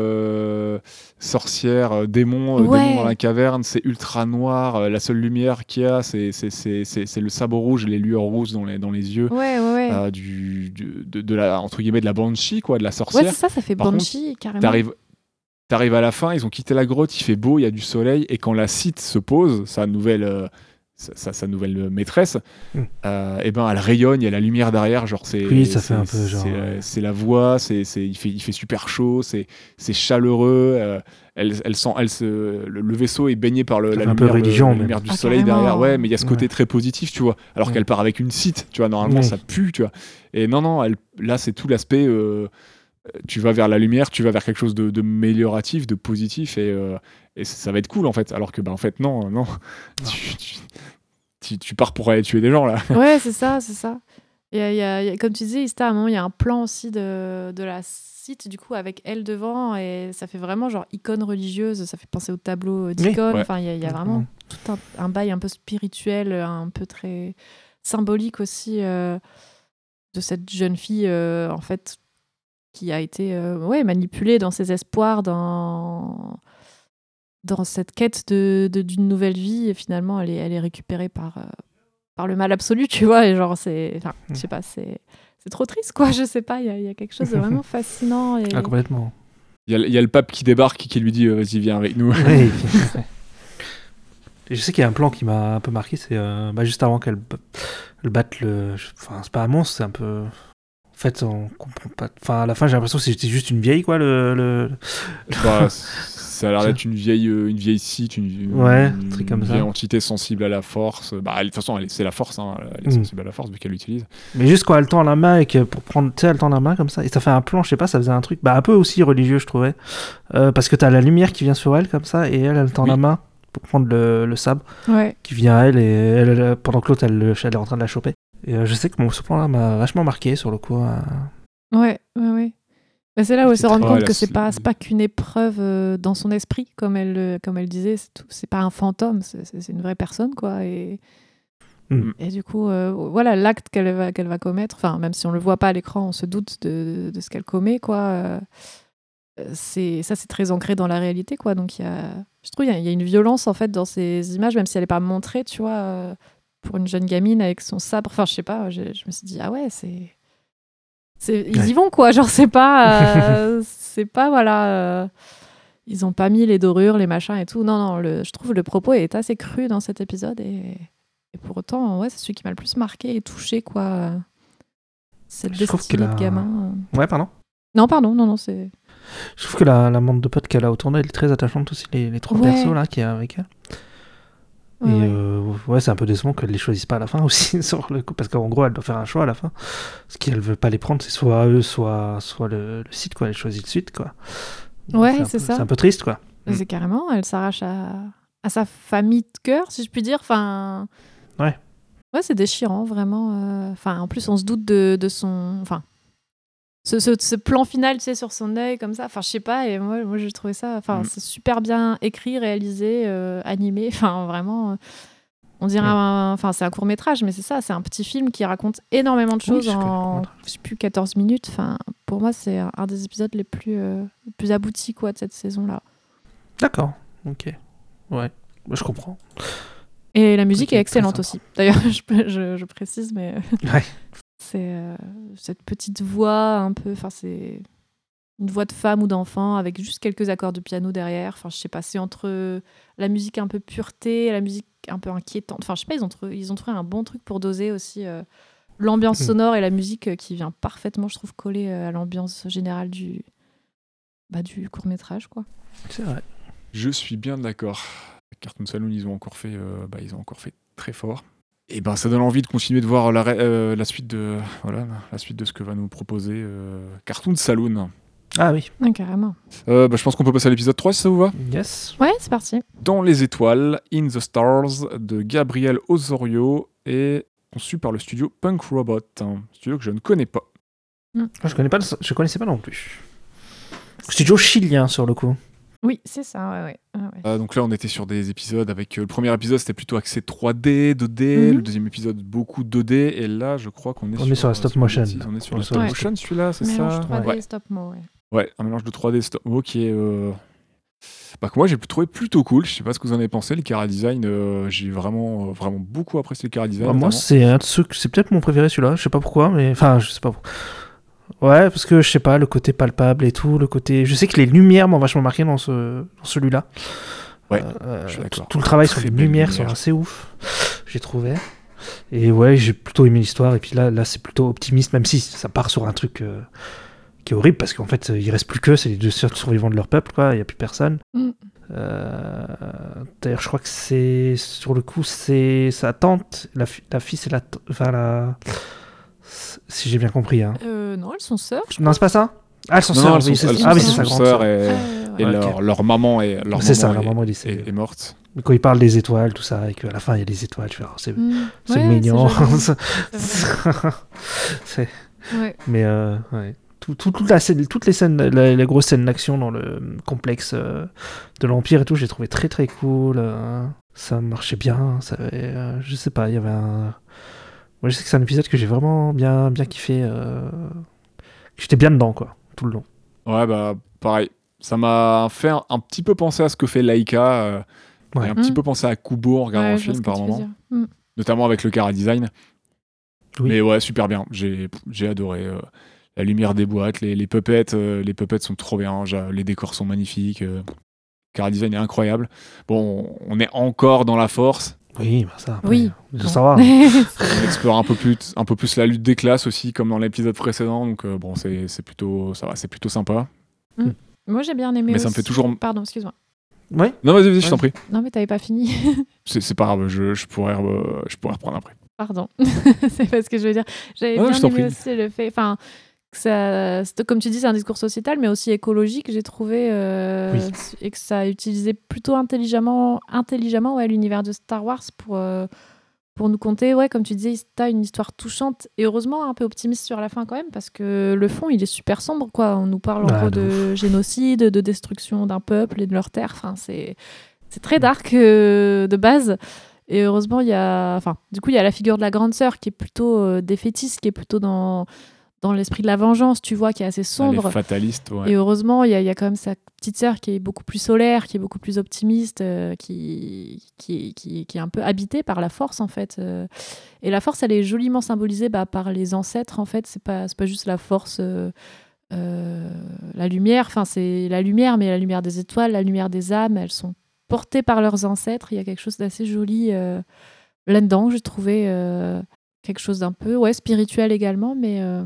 euh, sorcière, euh, démon, euh, Ouais. démon dans la caverne, c'est ultra noir. euh, la seule lumière qu'il y a, c'est, c'est, c'est, c'est, c'est le sabre rouge et les lueurs rouges dans les, dans les yeux. Ouais, ouais, ouais. euh, du, du- de, de la, entre guillemets, de la banshee, quoi, de la ouais, sorcière. c'est ça, ça fait Par contre, Banshee, carrément. T'arrives, t'arrives à la fin, ils ont quitté la grotte, il fait beau, il y a du soleil, et quand la Sith se pose, sa nouvelle, euh, sa, sa- sa nouvelle maîtresse, Mm. euh, et ben elle rayonne, il y a la lumière derrière, genre c'est, Oui, ça fait c'est- un peu genre, c'est, ouais. c'est la voix, c'est, c'est, il fait, il fait super chaud, c'est, c'est chaleureux, euh, elle, elle sent, elle se, le, le vaisseau est baigné par le, Ça la fait un peu lumière, religion, le- la même. lumière du Ah, soleil carrément. derrière, ouais, mais il y a ce côté Ouais. très positif, tu vois, alors Mm. qu'elle part avec une Sith, tu vois, normalement Oui. ça pue, tu vois, et non, non, elle, là c'est tout l'aspect. Euh, tu vas vers la lumière, tu vas vers quelque chose de, de amélioratif, de positif, et, euh, et ça va être cool en fait. Alors que, bah, en fait, non, non. Tu, tu- tu- tu pars pour aller tuer des gens là. Ouais, c'est ça, c'est ça. Il y a, il y a- il y a- comme tu disais, Ista, à un moment, il y a un plan aussi de, de la site, du coup, avec elle devant, et ça fait vraiment genre icône religieuse, ça fait penser au tableau d'icône. Ouais. Enfin, il y a, il y a vraiment tout un, un bail un peu spirituel, un peu très symbolique aussi euh, de cette jeune fille, euh, en fait, qui a été euh, ouais, manipulée dans ses espoirs, dans, dans cette quête de, de- d'une nouvelle vie, et finalement, elle est, elle est récupérée par, euh, par le mal absolu, tu vois, et genre, c'est... Enfin, je sais pas, c'est... c'est trop triste, quoi. Je sais pas, il y, a- il y a quelque chose de vraiment fascinant. Et... Ah, complètement. Il y, a- il y a le pape qui débarque et qui lui dit euh, vas-y, viens avec nous. Ouais, et puis- ouais. Et je sais qu'il y a un plan qui m'a un peu marqué, c'est euh, bah, juste avant qu'elle b- elle batte le. Enfin, c'est pas un monstre, c'est un peu. En fait, on comprend pas. Enfin, à la fin, j'ai l'impression que c'était juste une vieille, quoi, le. le... Bah, ça a l'air d'être une vieille, euh, une vieille site, une, Ouais, une, un truc comme une ça. vieille entité sensible à la force. Bah, elle- de toute façon, elle- c'est la force, hein, elle est Mm. sensible à la force vu qu'elle l'utilise. Mais juste quand elle tend la main et que pour prendre, tu sais, elle tend la main comme ça, et ça fait un plan, je sais pas, ça faisait un truc, bah un peu aussi religieux, je trouvais, Euh, parce que t'as la lumière qui vient sur elle comme ça, et elle, elle tend Oui. la main pour prendre le, le sabre Ouais. qui vient à elle, et elle, elle- pendant que l'autre, elle, le- elle est en train de la choper. Et euh, je sais que mon ce plan-là m'a vachement marqué sur le coup. euh. Ouais, ouais, ouais. Mais c'est là où elle C'est se rend très- compte la- que c'est pas, c'est pas qu'une épreuve euh, dans son esprit, comme elle, le- comme elle disait. C'est, tout, c'est pas un fantôme, c'est, c'est- c'est une vraie personne, quoi. Et, Mm. et du coup, euh, voilà, l'acte qu'elle va, qu'elle va commettre, enfin, même si on le voit pas à l'écran, on se doute de, de ce qu'elle commet, quoi. euh, c'est, ça, c'est très ancré dans la réalité, quoi. Donc, il y a, je trouve qu'il y a, il y a une violence, en fait, dans ces images, même si elle est pas montrée, tu vois, euh, pour une jeune gamine avec son sabre. Enfin, je sais pas, je, je me suis dit, ah ouais, c'est. C'est, ils Ouais. y vont, quoi. Genre, c'est pas. euh, c'est pas, voilà. euh, ils ont pas mis les dorures, les machins et tout. Non, non, le, je trouve le propos est assez cru dans cet épisode. Et, et pour autant, ouais, c'est celui qui m'a le plus marqué et touché, quoi. Cette Je trouve destinée qu'elle a- de gamin. Ouais, pardon. Non, pardon, non, non, c'est. Je trouve que la, la bande de potes qu'elle a autour d'elle est très attachante aussi, les, les trois Ouais. persos là qui est avec elle. Ouais, Et ouais. euh, ouais, c'est un peu décevant qu'elle les choisisse pas à la fin aussi, sur le coup, parce qu'en gros, elle doit faire un choix à la fin. Ce qu'elle veut pas les prendre, c'est soit eux, soit, soit le, le site, quoi. Elle choisit le site, quoi. Donc, Ouais, un c'est peu- ça. C'est un peu triste, quoi. Mm. C'est carrément, elle s'arrache à, à sa famille de cœur, si je puis dire. Enfin. Ouais. Ouais, c'est déchirant, vraiment. euh. Enfin, en plus, on se doute de, de son. Enfin. Ce, ce, ce plan final, tu sais, sur son œil, comme ça. Enfin, je sais pas, et moi, moi j'ai trouvé ça. Enfin, Mm. c'est super bien écrit, réalisé, euh, animé. Enfin, vraiment. euh, On dirait Mm. un. Enfin, c'est un court-métrage, mais c'est ça, c'est un petit film qui raconte énormément de Oui, choses c'est que le en. court-métrage. Je sais plus, quatorze minutes. Enfin, pour moi, c'est un, un des épisodes les plus, euh, les plus aboutis, quoi, de cette saison-là. D'accord. Ok. Ouais. Bah, je comprends. Et la musique Ok, est très excellente sympa. aussi. D'ailleurs, je, je, je précise, mais Ouais. c'est euh, cette petite voix un peu. Enfin, c'est une voix de femme ou d'enfant avec juste quelques accords de piano derrière. Enfin, je sais pas, c'est entre la musique un peu pureté et la musique un peu inquiétante. Enfin, je sais pas, ils ont trouvé, ils ont trouvé un bon truc pour doser aussi euh, l'ambiance Mm. sonore et la musique euh, qui vient parfaitement, je trouve, coller euh, à l'ambiance générale du, bah, du court-métrage, quoi. C'est vrai. Je suis bien d'accord. Cartoon Saloon, ils ont encore fait, euh, bah, ils ont encore fait très fort. Et ben, ça donne envie de continuer de voir la, ré- euh, la suite de, voilà, la suite de ce que va nous proposer euh, Cartoon Saloon. Ah oui. Ouais, carrément. Euh, bah, je pense qu'on peut passer à l'épisode trois si ça vous va. Yes. Ouais, c'est parti. Dans les étoiles, In the Stars de Gabriel Osorio et conçu par le studio Punk Robot, un studio que je ne connais pas. Je connais pas. le- Je connaissais pas non plus. Studio chilien sur le coup. Oui, c'est ça, ouais, ouais. ouais, ouais. Euh, donc là, on était sur des épisodes avec. euh, le premier épisode, c'était plutôt axé trois D, deux D. Mhm. Le deuxième épisode, beaucoup deux D. Et là, je crois qu'on est On sur. est sur la euh, stop sur- motion. si, On est sur On la est sur stop la motion, celui-là, c'est Mélange ça trois D ouais. et stop-mo, ouais. Ouais, un mélange de trois D et stop mo qui est. euh, Bah, que moi, j'ai trouvé plutôt cool. Je sais pas ce que vous en avez pensé. Le Cara Design, euh, j'ai vraiment, euh, vraiment beaucoup apprécié le Cara Design. Bah, moi, notamment. c'est un de ceux que- c'est peut-être mon préféré celui-là. Je sais pas pourquoi, mais enfin, je sais pas. pourquoi. Ouais, parce que je sais pas, le côté palpable et tout, le côté. Je sais que les lumières m'ont vachement marqué dans ce, dans celui-là. Ouais, Euh, je suis d'accord. Tout le travail sur Très les belle lumières lumière. sont assez ouf. J'ai trouvé. Et ouais, j'ai plutôt aimé l'histoire. Et puis là, là, c'est plutôt optimiste, même si ça part sur un truc euh, qui est horrible parce qu'en fait, il reste plus que c'est les deux seuls survivants de leur peuple, quoi. Il y a plus personne. Mm. Euh, D'ailleurs, je crois que c'est sur le coup, c'est sa tante, la, fi- la fille, c'est la, t- enfin la, si j'ai bien compris. Hein. Euh, non, elles sont sœurs. je Non, c'est pas ça. Ah, elles sont Non, sœurs. non, elles oui, sont- c'est- elles ah oui, sont c'est sa grande sœurs sœur. et, crois. et Ouais, Ouais, leur, ok. leur maman est, leur C'est ça, maman leur est- maman est est, décédée. est morte. Mais quand il parle des étoiles, tout ça, et qu'à la fin il y a des étoiles, tu vois, c'est Mm. c'est Ouais, mignon. joli. C'est- C'est vrai. c'est- Ouais. Mais euh, ouais. Tout, tout- toute la scène, toutes les scènes, la, la grosse scène d'action dans le complexe euh, de l'Empire et tout, j'ai trouvé très très cool. euh, ça marchait bien. Ça avait, euh, je sais pas, il y avait un. Moi, je sais que c'est un épisode que j'ai vraiment bien, bien kiffé. euh, J'étais bien dedans, quoi, tout le long. Ouais, bah, pareil. Ça m'a fait un, un petit peu penser à ce que fait Laika. euh, Ouais. et un petit Mm. peu penser à Kubo en regardant Ouais, le je vois film ce que par tu veux moment. dire. Mm. Notamment avec le Cara Design. Oui. Mais ouais, super bien. J'ai, j'ai adoré. euh, la lumière des boîtes, les, les puppets, euh, les puppets sont trop bien. J'ai- Les décors sont magnifiques. Euh, Cara Design est incroyable. Bon, on est encore dans la force. Oui, bah ça. après, Oui. Ça Bon. ça va. On explore un peu plus, un peu plus la lutte des classes aussi, comme dans l'épisode précédent. Donc euh, bon, c'est, c'est plutôt, ça va, c'est plutôt sympa. Moi, j'ai bien aimé Mais ça me aussi- fait toujours- Pardon, excuse-moi. Ouais. Non, vas-y, vas-y, je Ouais. t'en prie. Non, mais t'avais pas fini. C'est, c'est pas grave, je, je pourrais, euh, je pourrais reprendre après. Pardon. C'est pas ce que je veux dire. J'avais Ouais, je bien t'en aimé prie. aussi le fait... Enfin, que ça, c'est- comme tu dis, c'est un discours sociétal, mais aussi écologique, j'ai trouvé. euh, Oui. Et que ça utilisait plutôt intelligemment, intelligemment ouais, l'univers de Star Wars pour, euh, pour nous conter, ouais, comme tu disais, t'as une histoire touchante et heureusement un peu optimiste sur la fin quand même, parce que le fond, il est super sombre, quoi. On nous parle en Ah, gros de de génocide, de destruction d'un peuple et de leur terre. Enfin, c'est, c'est très dark euh, de base. Et heureusement, il y a, enfin, du coup, il y a la figure de la grande sœur qui est plutôt euh, défaitiste, qui est plutôt dans, dans l'esprit de la vengeance, tu vois, qui est assez Elle sombre. est fataliste, ouais. Et heureusement, il y, a- il y a quand même sa petite sœur qui est beaucoup plus solaire, qui est beaucoup plus optimiste, euh, qui, qui, qui, qui est un peu habitée par la force, en fait. euh. Et la force, elle est joliment symbolisée bah, par les ancêtres, en fait. C'est pas, c'est pas juste la force, euh, euh, la lumière. Enfin, c'est la lumière, mais la lumière des étoiles, la lumière des âmes, elles sont portées par leurs ancêtres. Il y a quelque chose d'assez joli euh, là-dedans. J'ai trouvé euh, quelque chose d'un peu ouais, spirituel également, mais... euh,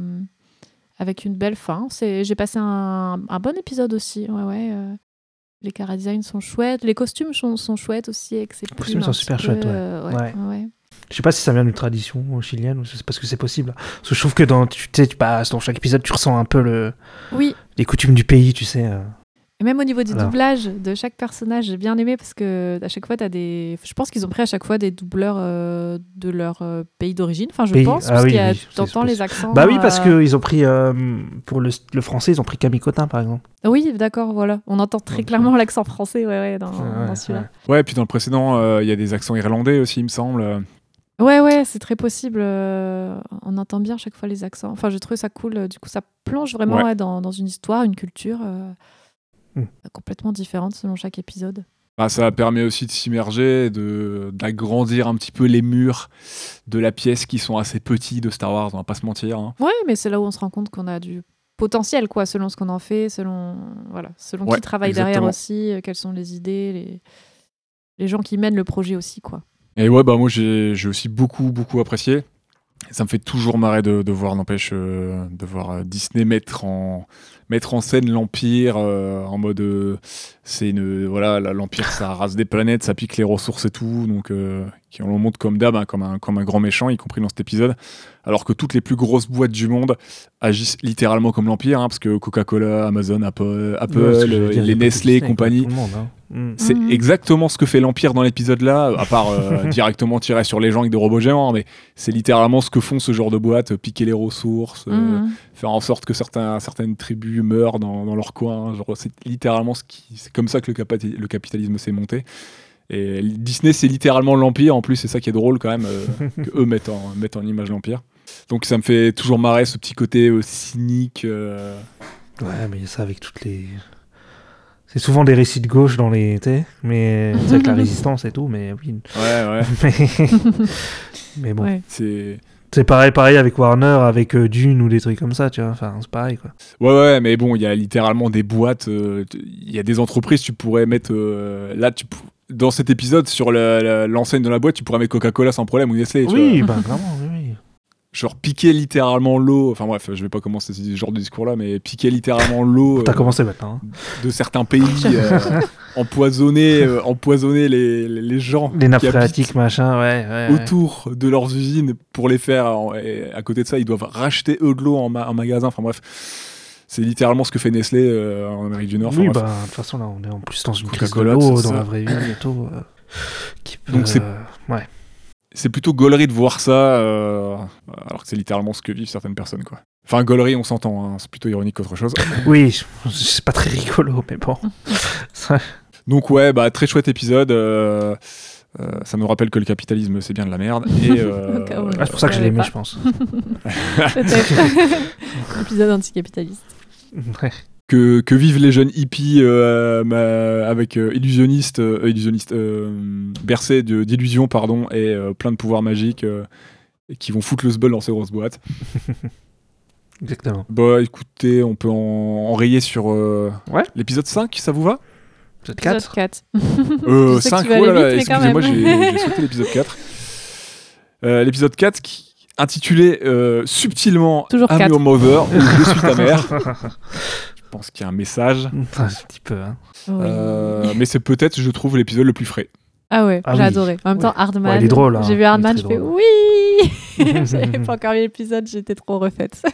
avec une belle fin. C'est... J'ai passé un, un bon épisode aussi. Ouais, ouais, euh, Les Cara Design sont chouettes. Les costumes sont, sont chouettes aussi. Avec ces Les costumes plumes sont un super petit peu, chouettes, ouais. euh, ouais, Ouais. ouais. Je sais pas si ça vient d'une tradition chilienne ou c'est parce que c'est possible. Parce que je trouve que dans, tu sais, tu passes dans chaque épisode, tu ressens un peu le, Oui, les coutumes du pays, tu sais. euh. et même au niveau du Voilà. doublage de chaque personnage, j'ai bien aimé parce que à chaque fois, t'as des. Je pense qu'ils ont pris à chaque fois des doubleurs euh, de leur euh, pays d'origine. Enfin, je Pays- pense, ah parce oui, qu'il y a, oui, c'est t'entends les possible. accents. Bah oui, parce euh, qu'ils ont pris, euh, pour le, le français, ils ont pris Camille Cotin, par exemple. Oui, d'accord, voilà. On entend très Donc, clairement l'accent français, ouais, ouais, dans, Ouais, dans celui-là. ouais. Ouais, et puis dans le précédent, euh, il y a des accents irlandais aussi, il me semble. Ouais, ouais, c'est très possible. euh, on entend bien chaque fois les accents. Enfin, j'ai trouvé ça cool. euh, Du coup, ça plonge vraiment Ouais. ouais, dans, dans une histoire, une culture euh, Mm. complètement différente selon chaque épisode. Bah, ça permet aussi de s'immerger, de, d'agrandir un petit peu les murs de la pièce qui sont assez petits de Star Wars, on va pas se mentir. hein. Ouais, mais c'est là où on se rend compte qu'on a du potentiel, quoi, selon ce qu'on en fait, selon, voilà, selon Ouais, qui travaille exactement. derrière aussi, euh, quelles sont les idées, les, les gens qui mènent le projet aussi, quoi. Et ouais, bah moi j'ai, j'ai aussi beaucoup, beaucoup apprécié. Ça me fait toujours marrer de, de voir, n'empêche, euh, de voir euh, Disney mettre en, mettre en scène l'Empire euh, en mode. euh, c'est une. Voilà, la- l'Empire ça rase des planètes, ça pique les ressources et tout. Donc, euh, qui on le montre comme d'hab, hein, comme, un, comme un grand méchant, y compris dans cet épisode. Alors que toutes les plus grosses boîtes du monde agissent littéralement comme l'Empire, hein, parce que Coca-Cola, Amazon, Apple, Apple Ouais, ce que j'allais euh, dire, il y les a pas que Nestlé et Disney, quoi, compagnie. tout le monde, hein. Mm. C'est Mhm. exactement ce que fait l'Empire dans l'épisode là, à part euh, directement tirer sur les gens avec des robots géants, mais c'est littéralement ce que font ce genre de boîtes, piquer les ressources, euh, Mhm. faire en sorte que certains, certaines tribus meurent dans, dans leur coin. hein. Genre, c'est littéralement ce qui, c'est comme ça que le, capita- le capitalisme s'est monté. Et Disney, c'est littéralement l'Empire. En plus, c'est ça qui est drôle quand même, euh, que eux mettent en, mettent en image l'Empire. Donc ça me fait toujours marrer ce petit côté euh, cynique. euh, Ouais, mais il y a ça avec toutes les. C'est souvent des récits de gauche dans les. Tu sais, mais c'est avec la résistance et tout, mais oui. Ouais, ouais. Mais, mais bon. Ouais. C'est. C'est pareil, pareil avec Warner, avec euh, Dune ou des trucs comme ça, tu vois. Enfin, c'est pareil, quoi. Ouais, ouais, mais bon, il y a littéralement des boîtes. euh, t- Il y a des entreprises, tu pourrais mettre. euh, là, tu, pou- dans cet épisode, sur la- la- l'enseigne de la boîte, tu pourrais mettre Coca-Cola sans problème ou Nestlé. tu Oui, vois. bah, clairement, oui, oui. Genre piquer littéralement l'eau. Enfin bref, je vais pas commencer ce genre de discours-là, mais piquer littéralement l'eau T'as euh, commencé maintenant. hein. de certains pays, euh, empoisonner, euh, empoisonner les, les- les gens Les nappes qui habitent phréatiques, machin, ouais. ouais, ouais. autour de leurs usines pour les faire. en- et à côté de ça, ils doivent racheter eux de l'eau en, ma- en magasin. Enfin bref, c'est littéralement ce que fait Nestlé euh, en Amérique du Nord. Enfin, Oui, bref. bah, de toute façon, là, on est en plus dans une crise de Coca-Cola, l'eau c'est dans ça. la vraie vie et tout. euh, qui peut, Donc c'est- euh, ouais. C'est plutôt gaulerie de voir ça, euh, alors que c'est littéralement ce que vivent certaines personnes, quoi. Enfin, gaulerie, on s'entend, hein, c'est plutôt ironique qu'autre chose. Oui, c'est pas très rigolo, mais bon. Ça- Donc ouais, bah très chouette épisode. euh, euh, ça nous rappelle que le capitalisme c'est bien de la merde. Et euh, Au cas où. Ah, c'est pour ça que je l'ai aimé, pas. je pense. Peut-être. Épisode anticapitaliste. Ouais. que, que vivent les jeunes hippies euh, ma- avec euh, illusionnistes, euh, illusionnistes euh, bercés de- d'illusions pardon et euh, plein de pouvoirs magiques. euh, et qui vont foutre le sbul dans ces grosses boîtes. Exactement. Bah écoutez, on peut en enrayer sur euh, Ouais. l'épisode cinq, ça vous va? Épisode Épisode quatre. quatre. euh, Je sais que cinq, tu vas oh là aller là, vite, mais quand excusez-moi, même. j'ai, j'ai sauté l'épisode quatre. Euh, l'épisode quatre qui intitulé euh, subtilement Toujours I'm quatre. your mother ou Je suis ta mère. Je pense qu'il y a un message. Un petit peu, hein. Oui. Euh, mais c'est peut-être, je trouve, l'épisode le plus frais. Ah ouais, Ah j'ai oui. adoré. En même temps, Ouais. Hardman. Ouais, il est drôle, hein. J'ai vu Il est Hardman, très je fais drôle. oui. J'avais pas encore vu l'épisode, j'étais trop refaite.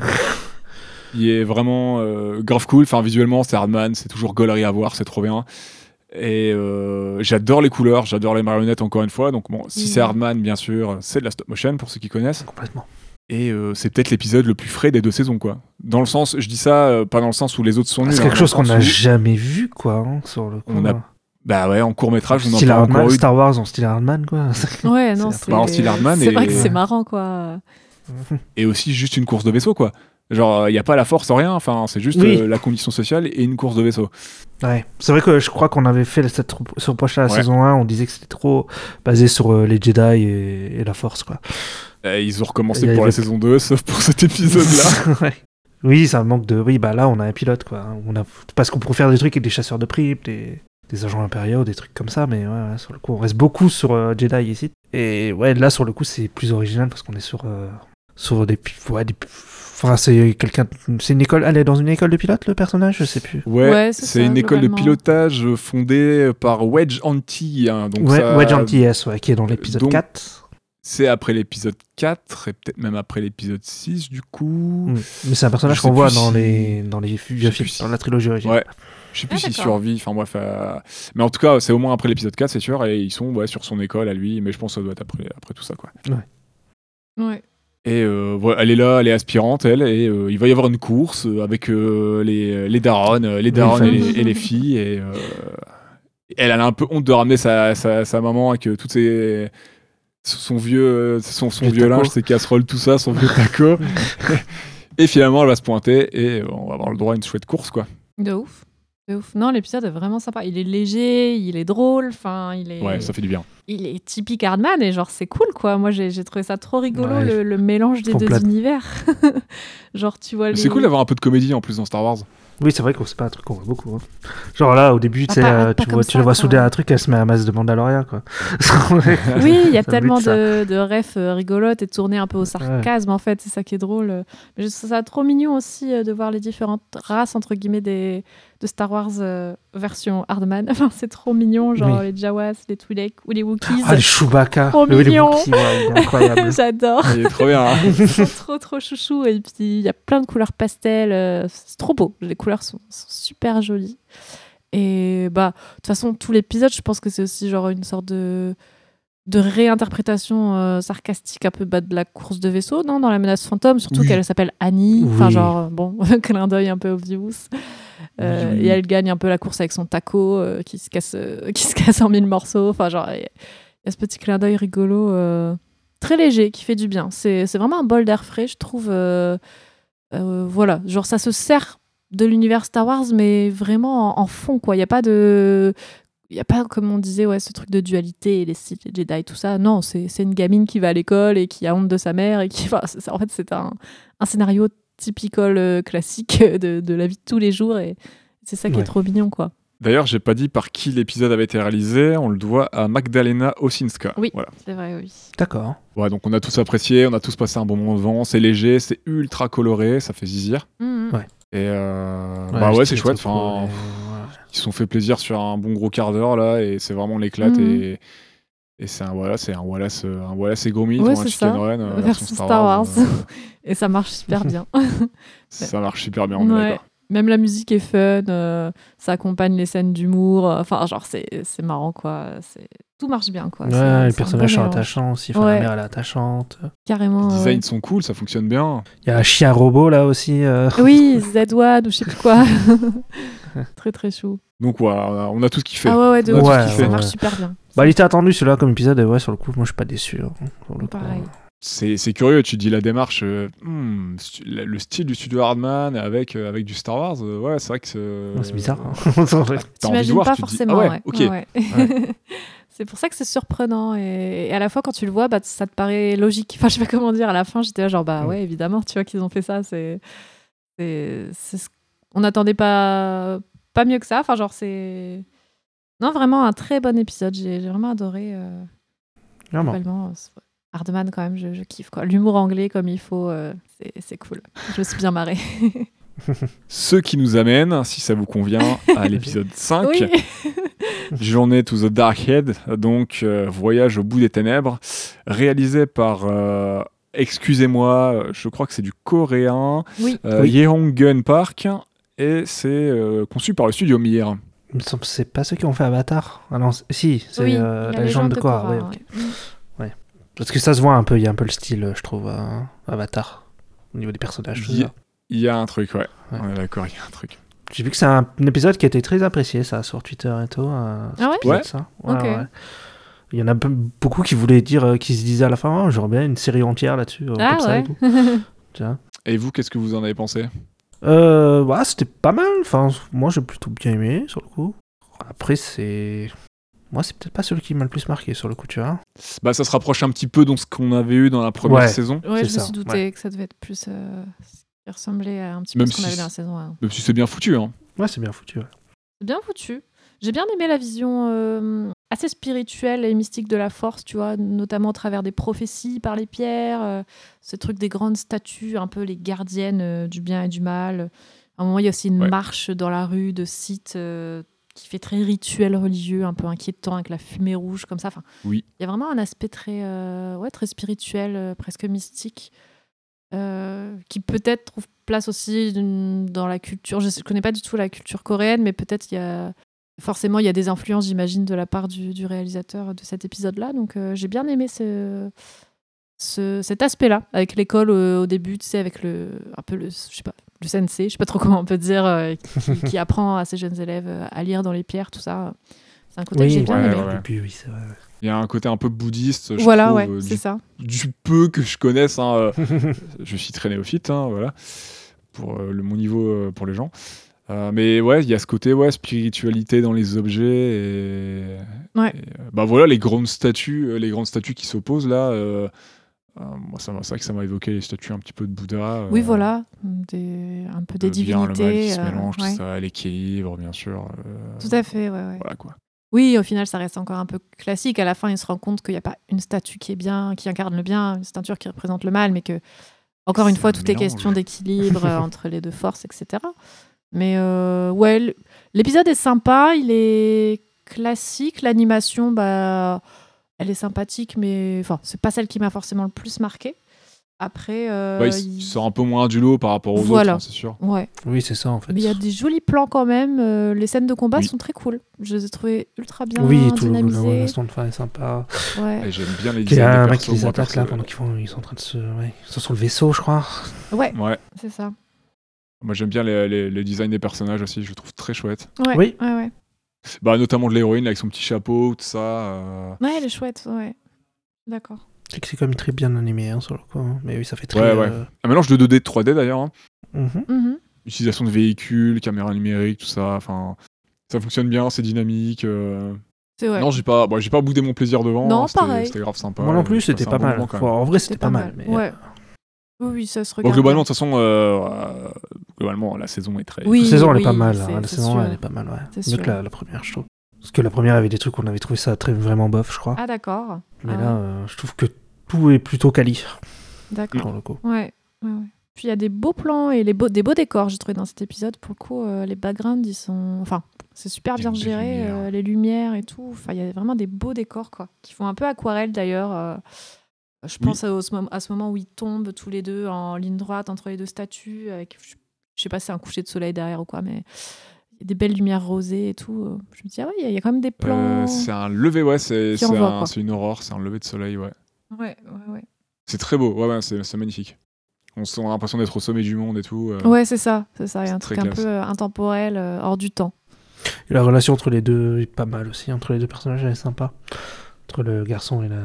Il est vraiment euh, grave cool. Enfin, visuellement, c'est Hardman, c'est toujours gaulerie à voir, c'est trop bien. Et euh, j'adore les couleurs, j'adore les marionnettes encore une fois. Donc bon, si Mm. c'est Hardman, bien sûr, c'est de la stop motion pour ceux qui connaissent. Complètement. Et euh, c'est peut-être l'épisode le plus frais des deux saisons, quoi. Dans le sens, je dis ça, euh, pas dans le sens où les autres sont nuls. C'est hein, quelque dans chose le qu'on sens n'a où- jamais vu, quoi, hein, sur le coup. On a- hein. Bah ouais, en court métrage, on n'a Style pas Hardman, encore eu. Star Wars en style Hardman, quoi. Ouais, non, C'est c'est. Bah, en style Hardman C'est et- vrai que c'est marrant, quoi. Et aussi juste une course de vaisseau, quoi. Genre, il n'y a pas la force, rien. Enfin, c'est juste Oui. euh, la condition sociale et une course de vaisseau. Ouais, c'est vrai que je crois qu'on avait fait cette rep- ce reproche à la Ouais. saison un, on disait que c'était trop basé sur euh, les Jedi et, et la Force, quoi. Et ils ont recommencé Il y pour avait- la saison deux, sauf pour cet épisode-là. Ouais. Oui, ça manque de... Oui, bah là, on a un pilote, quoi. On a... Parce qu'on pourrait faire des trucs avec des chasseurs de primes, des... des agents impériaux, des trucs comme ça, mais ouais, ouais, sur le coup, on reste beaucoup sur euh, Jedi ici. Et ouais, là, sur le coup, c'est plus original parce qu'on est sur... euh, sur des... pi- Ouais, des... Enfin, c'est quelqu'un... C'est une école... Elle est dans une école de pilote, le personnage? Je sais plus. Ouais, Ouais, c'est c'est ça, une école de globalement. pilotage fondée par Wedge Antilles. Hein, donc Ouais, ça- Wedge Antilles, ouais, qui est dans l'épisode donc- quatre. C'est après l'épisode quatre et peut-être même après l'épisode six, du coup. Mm. Mais c'est un personnage Je sais qu'on voit plus dans si- les dans les vieux sais films, plus si- dans la trilogie originale. Ouais. Je sais plus Ah, s'il d'accord. survit. Enfin bref. euh, Mais en tout cas, c'est au moins après l'épisode quatre, c'est sûr. Et ils sont ouais, sur son école à lui. Mais je pense que ça doit être après, après tout ça, quoi. Ouais. Et euh, voilà, elle est là, elle est aspirante, elle, et euh, il va y avoir une course euh, avec euh, les, les darons, euh, les darons et, les, et les filles. Et euh, elle, elle a un peu honte de ramener sa, sa, sa maman avec euh, toutes ses, son vieux, euh, son, son Les vieux tacos. linge, ses casseroles, tout ça, son vieux taco. Et finalement, elle va se pointer et euh, on va avoir le droit à une chouette course, quoi. De ouf. De ouf. Non, l'épisode est vraiment sympa. Il est léger, il est drôle, enfin, il est. Ouais, ça fait du bien. Il est typique Hardman et genre c'est cool quoi. Moi j'ai j'ai trouvé ça trop rigolo Ouais, le, le mélange des deux complète. univers. Genre tu vois les. C'est cool d'avoir un peu de comédie en plus dans Star Wars. Oui, c'est vrai que c'est pas un truc qu'on voit beaucoup. hein. Genre là, au début, tu sais, pas- euh, pas tu, comme vois, tu ça, la vois quoi. souder à un truc, elle se met à masse de Mandalorian, quoi. Oui, il y a Ça tellement bute, ça. de, de refs euh, rigolotes et tournées un peu au sarcasme en fait. C'est ça qui est drôle. Mais je trouve ça trop mignon aussi euh, de voir les différentes races entre guillemets des de Star Wars euh, version Hardman. Enfin c'est trop mignon, genre Oui. les Jawas, les Twi'lek ou les Wookiees. Ah, les Chewbacca. Trop Le- les mignon. Wookiees, ouais, il est incroyable. J'adore. Il est trop bien. Hein. Ils sont trop trop chouchou et puis il y a plein de couleurs pastel, euh, c'est trop beau, les couleurs sont, sont super jolies et bah de toute façon tout l'épisode je pense que c'est aussi genre une sorte de de réinterprétation euh, sarcastique un peu bah, de la course de vaisseau non dans la menace fantôme surtout Oui. qu'elle s'appelle Annie enfin Oui. genre euh, bon clin d'œil un peu obvious euh, Oui, oui. et elle gagne un peu la course avec son taco euh, qui se casse euh, qui se casse en mille morceaux enfin genre il y, y a ce petit clin d'œil rigolo euh, très léger qui fait du bien c'est c'est vraiment un bol d'air frais je trouve euh, euh, voilà genre ça se sert de l'univers Star Wars mais vraiment en, en fond quoi il y a pas de il y a pas comme on disait ouais ce truc de dualité et les Sith les Jedi tout ça non c'est c'est une gamine qui va à l'école et qui a honte de sa mère et qui enfin, c'est- en fait c'est un, un scénario typical euh, classique de, de la vie de tous les jours et c'est ça qui Ouais. est trop mignon quoi. D'ailleurs, j'ai pas dit par qui l'épisode avait été réalisé. On le doit à Magdalena Osinska. Oui. Voilà. C'est vrai oui. D'accord. Ouais, donc on a tous apprécié, on a tous passé un bon moment devant. C'est léger, c'est ultra coloré, ça fait zizir. Mhm. Ouais. Et euh, bah ouais, le c'est style chouette. est trop cool, Enfin, et- ouais. ils se sont fait plaisir sur un bon gros quart d'heure là, et c'est vraiment l'éclate. Mhm. Et, et c'est un voilà, c'est un Wallace, euh, un Wallace et Gromit Ouais, ou un c'est Chicken ça. Run euh, Version Star Wars. euh, Et ça marche super bien. ça marche super bien, on est Ouais. d'accord. Même la musique est fun, euh, ça accompagne les scènes d'humour. euh, Enfin, genre, c'est c'est marrant, quoi. C'est- Tout marche bien, quoi. C'est- Ouais, les c'est un personnages bon sont mélange. attachants aussi. Enfin, Ouais. la mère, elle est attachante. Carrément. Les ouais. designs sont cool, ça fonctionne bien. Il y a un chien robot là aussi. euh. Oui, Z un ou je sais plus quoi. Très, très chou. Donc voilà, on a tout ce qu'il fait. Ah ouais, ouais, de On a ouf. tout ce Ouais, qu'il Ça fait. ouais. marche super bien. Bah, il était attendu celui-là comme épisode. Et ouais, sur le coup, moi, je suis pas déçu. hein, pour le coup. Pareil. C'est c'est curieux, tu dis la démarche, euh, hmm, stu- le le style du studio Hardman avec, euh, avec du Star Wars, euh, ouais, c'est vrai que c'est. Ouais, c'est bizarre. hein. T'as envie de T'imagines voir, pas tu te dis, forcément, ah ouais, ouais. ok. Ouais. C'est pour ça que c'est surprenant. Et, et à la fois, quand tu le vois, bah, ça te paraît logique. Enfin, je sais pas comment dire. À la fin, j'étais là, genre, bah ouais, évidemment, tu vois qu'ils ont fait ça. C'est, c'est, c'est ce- On n'attendait pas, pas mieux que ça. Enfin, genre, c'est. Non, vraiment un très bon épisode. J'ai, j'ai vraiment adoré. Euh, Vraiment. globalement. C'est- Hardman, quand même, je, je kiffe. Quoi. L'humour anglais, comme il faut, euh, c'est, c'est cool. Je me suis bien marrée. Ce qui nous amène, si ça vous convient, à l'épisode cinq. Oui. Journée to the Dark Head, donc euh, Voyage au bout des ténèbres, réalisé par, euh, excusez-moi, je crois que c'est du coréen, Oui. euh, Oui. Yeongun Park, et c'est euh, conçu par le studio Mir. Il me semble que c'est pas ceux qui ont fait Avatar. Ah non, c'est- si, c'est Oui, euh, il y a la légende de Korra. Korra, ouais, ok. ouais. Parce que ça se voit un peu, il y a un peu le style, je trouve, euh, Avatar, au niveau des personnages. tout Il y, ça. il y a un truc, ouais. Ouais. On est d'accord, il y a un truc. J'ai vu que c'est un, un épisode qui a été très apprécié, ça, sur Twitter et tout. euh, cet Ah ouais épisode, Ouais. ça. Ouais, Ok. ouais. Il y en a be- beaucoup qui voulaient dire, euh, qui se disaient à la fin, oh, j'aurais bien une série entière là-dessus, euh, Ah comme ça ouais. et tout. Tu vois. Et vous, qu'est-ce que vous en avez pensé? Euh, ouais, c'était pas mal. Enfin, moi, j'ai plutôt bien aimé, sur le coup. Après, c'est... Moi, c'est peut-être pas celui qui m'a le plus marqué, sur le coup, tu vois. Bah, ça se rapproche un petit peu de ce qu'on avait eu dans la première Ouais. saison, Ouais, C'est je me ça, suis douté ouais. que ça devait être plus. Euh, ce qui ressemblait à un petit Même peu ce qu'on si avait c'est- dans la saison un. même si c'est bien foutu. Hein. Ouais, c'est bien foutu, ouais. C'est bien foutu. J'ai bien aimé la vision euh, assez spirituelle et mystique de la force, tu vois, notamment au travers des prophéties par les pierres, euh, ce truc des grandes statues, un peu les gardiennes euh, du bien et du mal. À un moment, il y a aussi une Ouais. marche dans la rue de Sith euh, qui fait très rituel religieux, un peu inquiétant, avec la fumée rouge, comme ça. Enfin, Oui. il y a vraiment un aspect très, euh, ouais, très spirituel, euh, presque mystique, euh, qui peut-être trouve place aussi d'une- dans la culture. Je ne connais pas du tout la culture coréenne, mais peut-être il y a forcément il y a des influences, j'imagine, de la part du, du réalisateur de cet épisode-là. Donc euh, j'ai bien aimé ce, ce- cet aspect-là, avec l'école euh, au début, tu sais, avec le un peu le, je sais pas, le sensei, je sais pas trop comment on peut dire, euh, qui, qui apprend à ses jeunes élèves euh, à lire dans les pierres, tout ça. C'est un côté que j'ai bien ouais, aimé. ouais, ouais. Et puis, oui, c'est vrai. ouais. Il y a un côté un peu bouddhiste, je Voilà, trouve, ouais, euh, c'est du, ça. du peu que je connaisse. Hein, euh, je suis très néophyte, hein, voilà, pour euh, le, mon niveau euh, pour les gens. Euh, mais ouais, il y a ce côté ouais, spiritualité dans les objets et, Ouais. et, euh, bah voilà les grandes statues, euh, les grandes statues qui s'opposent là. Euh, euh, moi, ça, m'a- c'est vrai que ça m'a évoqué les statues un petit peu de Bouddha. euh, Oui, voilà, des, un peu des le bien, le mal qui divinités. se euh, mélangent, ouais. tout ça, l'équilibre, bien sûr. euh, Tout à fait, ouais, ouais. Voilà quoi. Oui, au final, ça reste encore un peu classique. À la fin, il se rend compte qu'il n'y a pas une statue qui est bien, qui incarne le bien, une statue qui représente le mal, mais que, encore une C'est fois, un tout est mélange. question d'équilibre euh, entre les deux forces, et cetera. Mais euh, ouais, l- l'épisode est sympa, il est classique. L'animation, bah, elle est sympathique, mais enfin, c'est pas celle qui m'a forcément le plus marqué. Après, euh, Bah, il s- il- il sort un peu moins du lot par rapport aux Voilà. autres, hein, c'est sûr. ouais. Oui, c'est ça, en fait. Mais il y a des jolis plans quand même. euh, les scènes de combat Oui. sont très cool. Je les ai trouvées ultra bien Oui, tout le dynamisées. l'instant de fin est sympa. Ouais. Et j'aime bien les Il y a designs un des mec persos, qui les moi, attaque perso. là pendant qu'ils font, ils sont en train de se, ouais, ils sont sur le vaisseau, je crois. ouais, Ouais. c'est ça. Moi j'aime bien les, les, les designs des personnages aussi, je le trouve très chouette. Ouais, Oui. ouais, ouais. Bah, notamment de l'héroïne là, avec son petit chapeau, tout ça. euh, Ouais, elle est chouette, ouais. D'accord. C'est que c'est quand même très bien animé hein, sur le coup. hein. Mais oui, ça fait très. Ouais, ouais. euh, Un mélange de deux D et de trois D d'ailleurs. hein. mhm. Mhm. Utilisation de véhicules, caméra numérique, tout ça. Enfin, ça fonctionne bien, c'est dynamique. euh. C'est vrai. Non, j'ai pas, bon, j'ai pas boudé mon plaisir devant. Non, hein, c'était- pareil. C'était grave sympa. Moi non et plus, j'ai c'était passé pas un bon mal. moment, quand Faut- même. En vrai, c'était pas, mal. mais, Ouais. euh, Oui, oui, ça se Bon, regarde. globalement, de bien. toute façon, euh, euh, globalement, la saison est très. Oui, La saison, elle est oui, pas mal. c'est- hein. La c'est saison, sûr. elle est pas mal, ouais. C'est Mieux sûr. que la, la première, je trouve. Parce que la première avait des trucs qu'on avait trouvé ça très vraiment bof, je crois. Ah, d'accord. Mais Ah là, ouais. euh, je trouve que tout est plutôt quali D'accord. pour le coup. Ouais. ouais, ouais. Puis il y a des beaux plans et les beaux, des beaux décors, j'ai trouvé dans cet épisode. Pour le coup, euh, les backgrounds, ils sont. Enfin, c'est super Il y a bien une belle géré, lumière. euh, les lumières et tout. Enfin, il y a vraiment des beaux décors, quoi, qui font un peu aquarelle d'ailleurs. euh, Je Oui. pense à, au- ce mom- à ce moment où ils tombent tous les deux en ligne droite entre les deux statues, avec, je je sais pas si c'est un coucher de soleil derrière ou quoi, mais il y a des belles lumières rosées et tout. Je me dis, ah ouais, il y a- il y, a quand même des plans. Euh, c'est un lever, ouais, c'est Qui c'est envoie, un- quoi. c'est une aurore, c'est un lever de soleil, ouais. Ouais, ouais, ouais. C'est très beau, ouais, ouais, c'est c'est magnifique. On, s- on a l'impression d'être au sommet du monde et tout. euh. Ouais, c'est ça, c'est ça. Il y a un C'est truc très un classe. peu euh, intemporel, euh, hors du temps. Et la relation entre les deux est pas mal aussi. Entre les deux personnages, elle est sympa. Entre le garçon et la,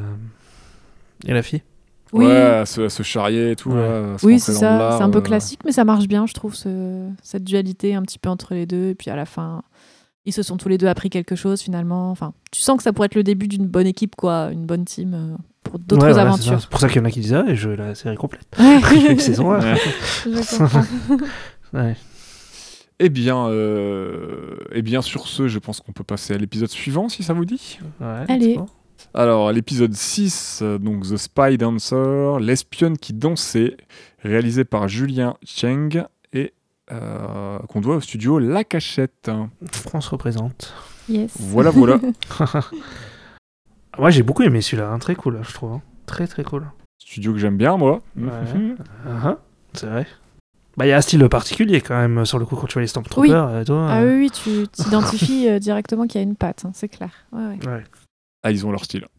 et la fille. Oui, Ouais, se, se charrier et tout. Ouais. là, se oui, rentrer c'est dans ça. l'art, C'est un peu euh, classique, mais ça marche bien, je trouve, ce- cette dualité un petit peu entre les deux. Et puis à la fin, ils se sont tous les deux appris quelque chose finalement. Enfin, tu sens que ça pourrait être le début d'une bonne équipe, quoi, une bonne team euh, pour d'autres Ouais, voilà, c'est aventures. ça. C'est pour ça qu'il y en a qui disent ah, et je veux la série complète. Ouais. Je fais une saison. Ouais. Je comprends. Ouais. Eh bien, euh... eh bien, sur ce, je pense qu'on peut passer à l'épisode suivant, si ça vous dit. Ouais, Allez. c'est bon. Alors, l'épisode six, euh, donc The Spy Dancer, l'espionne qui dansait, réalisé par Julien Cheng et euh, qu'on doit au studio La Cachette. France représente. Yes. Voilà, voilà. Moi, j'ai beaucoup aimé celui-là, hein. Très cool, je trouve. hein. Très très cool. Studio que j'aime bien, moi. Ouais. Uh-huh. C'est vrai. Bah, il y a un style particulier quand même sur le coup quand tu vois les Stormtroopers. euh, toi, Ah euh, oui, oui, tu t'identifies euh, directement qu'il y a une patte, hein, c'est clair. Ouais, ouais. ouais. Ah, ils ont leur style.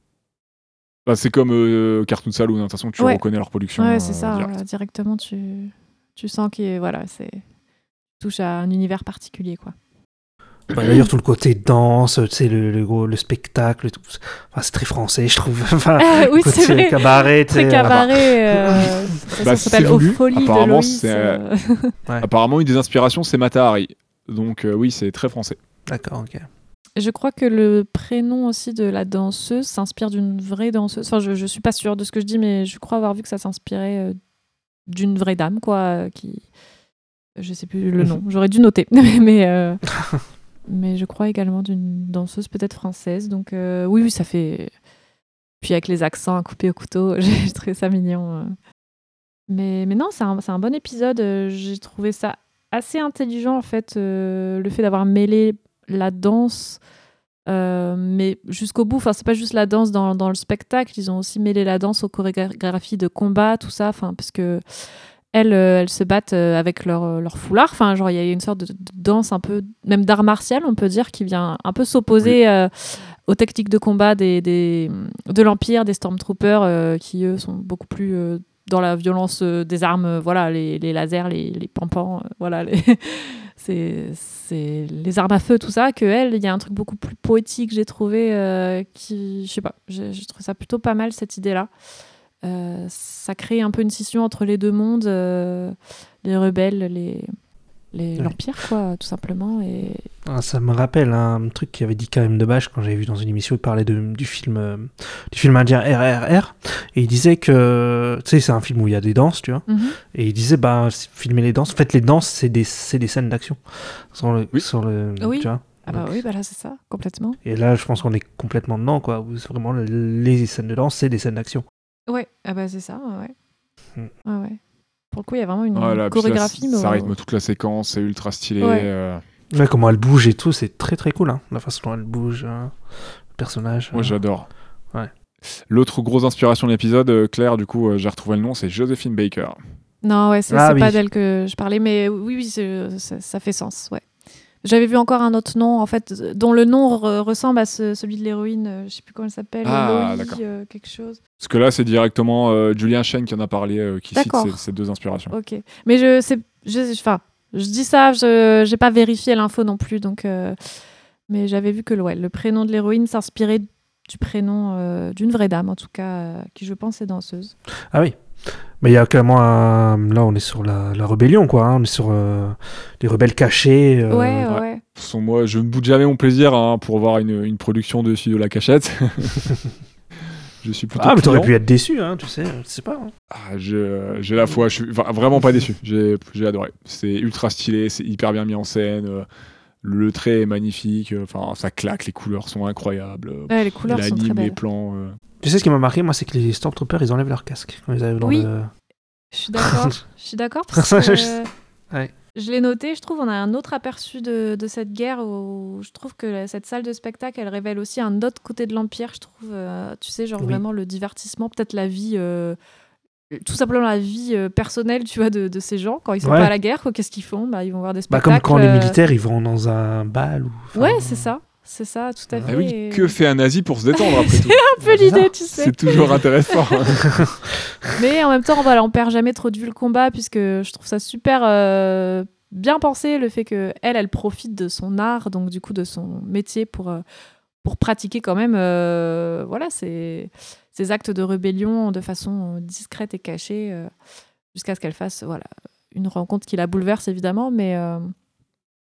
Bah, c'est comme euh, Cartoon Saloon, hein. De toute façon, tu Ouais. reconnais leur production. Ouais, euh, c'est ça. direct. euh, directement, tu, tu sens qu'il voilà, c'est touche à un univers particulier, quoi. Bah, d'ailleurs, tout le côté danse, tu sais, le, le, gros- le spectacle, tout. Enfin, c'est très français, je trouve. Enfin, Ah, oui, le côté c'est vrai. cabaret, tu Très sais, cabaret. Euh, ça, Bah, ça s'appelle c'est Aux voulu. Folies de Apparemment, Loïs. c'est, euh. Apparemment, une des inspirations, c'est Mata Hari. Donc, euh, oui, c'est très français. D'accord, ok. Je crois que le prénom aussi de la danseuse s'inspire d'une vraie danseuse. Enfin, je, je suis pas sûre de ce que je dis, mais je crois avoir vu que ça s'inspirait euh, d'une vraie dame, quoi, euh, qui... Je sais plus le nom. J'aurais dû noter. mais, euh, mais je crois également d'une danseuse peut-être française. Donc euh, oui, oui, ça fait... Puis avec les accents à couper au couteau, j'ai trouvé ça mignon. euh. Mais, mais non, c'est un, c'est un bon épisode. euh, J'ai trouvé ça assez intelligent, en fait, euh, le fait d'avoir mêlé la danse, euh, mais jusqu'au bout. Enfin, c'est pas juste la danse dans, dans le spectacle, ils ont aussi mêlé la danse aux chorégraphies de combat, tout ça. Enfin, parce que elles, euh, elles se battent euh, avec leur, leur foulard. Enfin, genre, il y a une sorte de, de danse un peu, même d'art martial, on peut dire, qui vient un peu s'opposer euh, aux techniques de combat des, des, de l'Empire, des Stormtroopers, euh, qui, eux, sont beaucoup plus... euh, dans la violence euh, des armes, euh, voilà, les, les lasers, les, les pampans, euh, voilà, les... c'est, c'est les armes à feu, tout ça, que elle, il y a un truc beaucoup plus poétique, j'ai trouvé, euh, qui, je sais pas, j'ai, j'ai trouvé ça plutôt pas mal, cette idée-là. Euh, ça crée un peu une scission entre les deux mondes, euh, les rebelles, les, les, Ouais. l'Empire, quoi, tout simplement, et... Ah, ça me rappelle un truc qu'avait dit Karim Debache quand j'avais vu dans une émission, il parlait de, du film euh, du film indien R R R, et il disait que, tu sais, c'est un film où il y a des danses, tu vois, Mhm. et il disait, bah, c'est- filmer les danses, en fait, les danses, c'est des, c'est des scènes d'action, sur le, Oui. sur le, Oui. tu vois. Ah bah Donc, oui, bah là, c'est ça, complètement. Et là, je pense qu'on est complètement dedans, quoi, où c'est vraiment le- les scènes de danse, c'est des scènes d'action. Ouais, ah bah c'est ça, ouais. Hmm. Ouais, ouais. Pour le coup, il y a vraiment une Voilà, puis là, chorégraphie. mais ça au- rythme toute la séquence, c'est ultra stylé. Ouais. euh, Ouais, comment elle bouge et tout, c'est très très cool, hein, la façon dont elle bouge, hein, le personnage. Moi, euh. j'adore. Ouais. L'autre grosse inspiration de l'épisode, euh, Claire, du coup, euh, j'ai retrouvé le nom, c'est Joséphine Baker. Non, ouais, c'est Ah c'est oui. pas d'elle que je parlais, mais oui, oui, c'est- ça, ça fait sens, ouais. J'avais vu encore un autre nom, en fait, dont le nom re- ressemble à ce- celui de l'héroïne, euh, je sais plus comment elle s'appelle, Ah, Loï, d'accord. euh, quelque chose. Parce que là, c'est directement euh, Julien Chen qui en a parlé, euh, qui cite D'accord. ces, ces deux inspirations. Ok. Mais je sais, je, enfin, je dis ça, je j'ai pas vérifié l'info non plus, donc. euh, mais j'avais vu que ouais, le prénom de l'héroïne s'inspirait du prénom euh, d'une vraie dame, en tout cas, euh, qui je pense est danseuse. Ah oui. Mais il y a clairement un... Là, on est sur la, la rébellion, quoi. hein. On est sur euh, les rebelles cachés. euh, ouais, ouais, ouais. ouais. De toute façon, moi, je ne boude jamais mon plaisir hein, pour voir une, une production de Studio La Cachette. Je suis plutôt Ah, mais t'aurais client. pu être déçu, hein, tu sais. Je sais pas. hein. Ah, je- j'ai la foi, je suis enfin, vraiment pas déçu. J'ai j'ai adoré. C'est ultra stylé, c'est hyper bien mis en scène. euh, Le trait est magnifique. euh, Enfin, ça claque, les couleurs sont incroyables. euh, Ouais, les couleurs sont très L'anime, les belles. plans. euh, Tu sais ce qui m'a marqué, moi, c'est que les Stormtroopers, ils enlèvent leur casque quand ils arrivent dans Oui. le... Je suis d'accord. Je suis d'accord parce que Je- Ouais. je l'ai noté. Je trouve on a un autre aperçu de, de cette guerre où je trouve que la- cette salle de spectacle, elle révèle aussi un autre côté de l'Empire. Je trouve, euh, tu sais, genre Oui. vraiment le divertissement, peut-être la vie, euh, tout simplement la vie euh, personnelle, tu vois, de, de ces gens quand ils sont Ouais. pas à la guerre. Quoi, qu'est-ce qu'ils font Bah, ils vont voir des Bah, spectacles. comme quand les euh, militaires, ils vont dans un bal ou... enfin, Ouais, c'est ça, c'est ça, tout à Ah fait. oui, Et- que fait un nazi pour se détendre après tout un peu l'idée, tu sais. C'est toujours intéressant. hein. Mais en même temps, voilà, on perd jamais trop de vue le combat puisque je trouve ça super euh, bien pensé le fait que elle, elle profite de son art, donc du coup de son métier pour euh, pour pratiquer quand même, euh, voilà, ces ces actes de rébellion de façon discrète et cachée euh, jusqu'à ce qu'elle fasse, voilà, une rencontre qui la bouleverse évidemment, mais euh,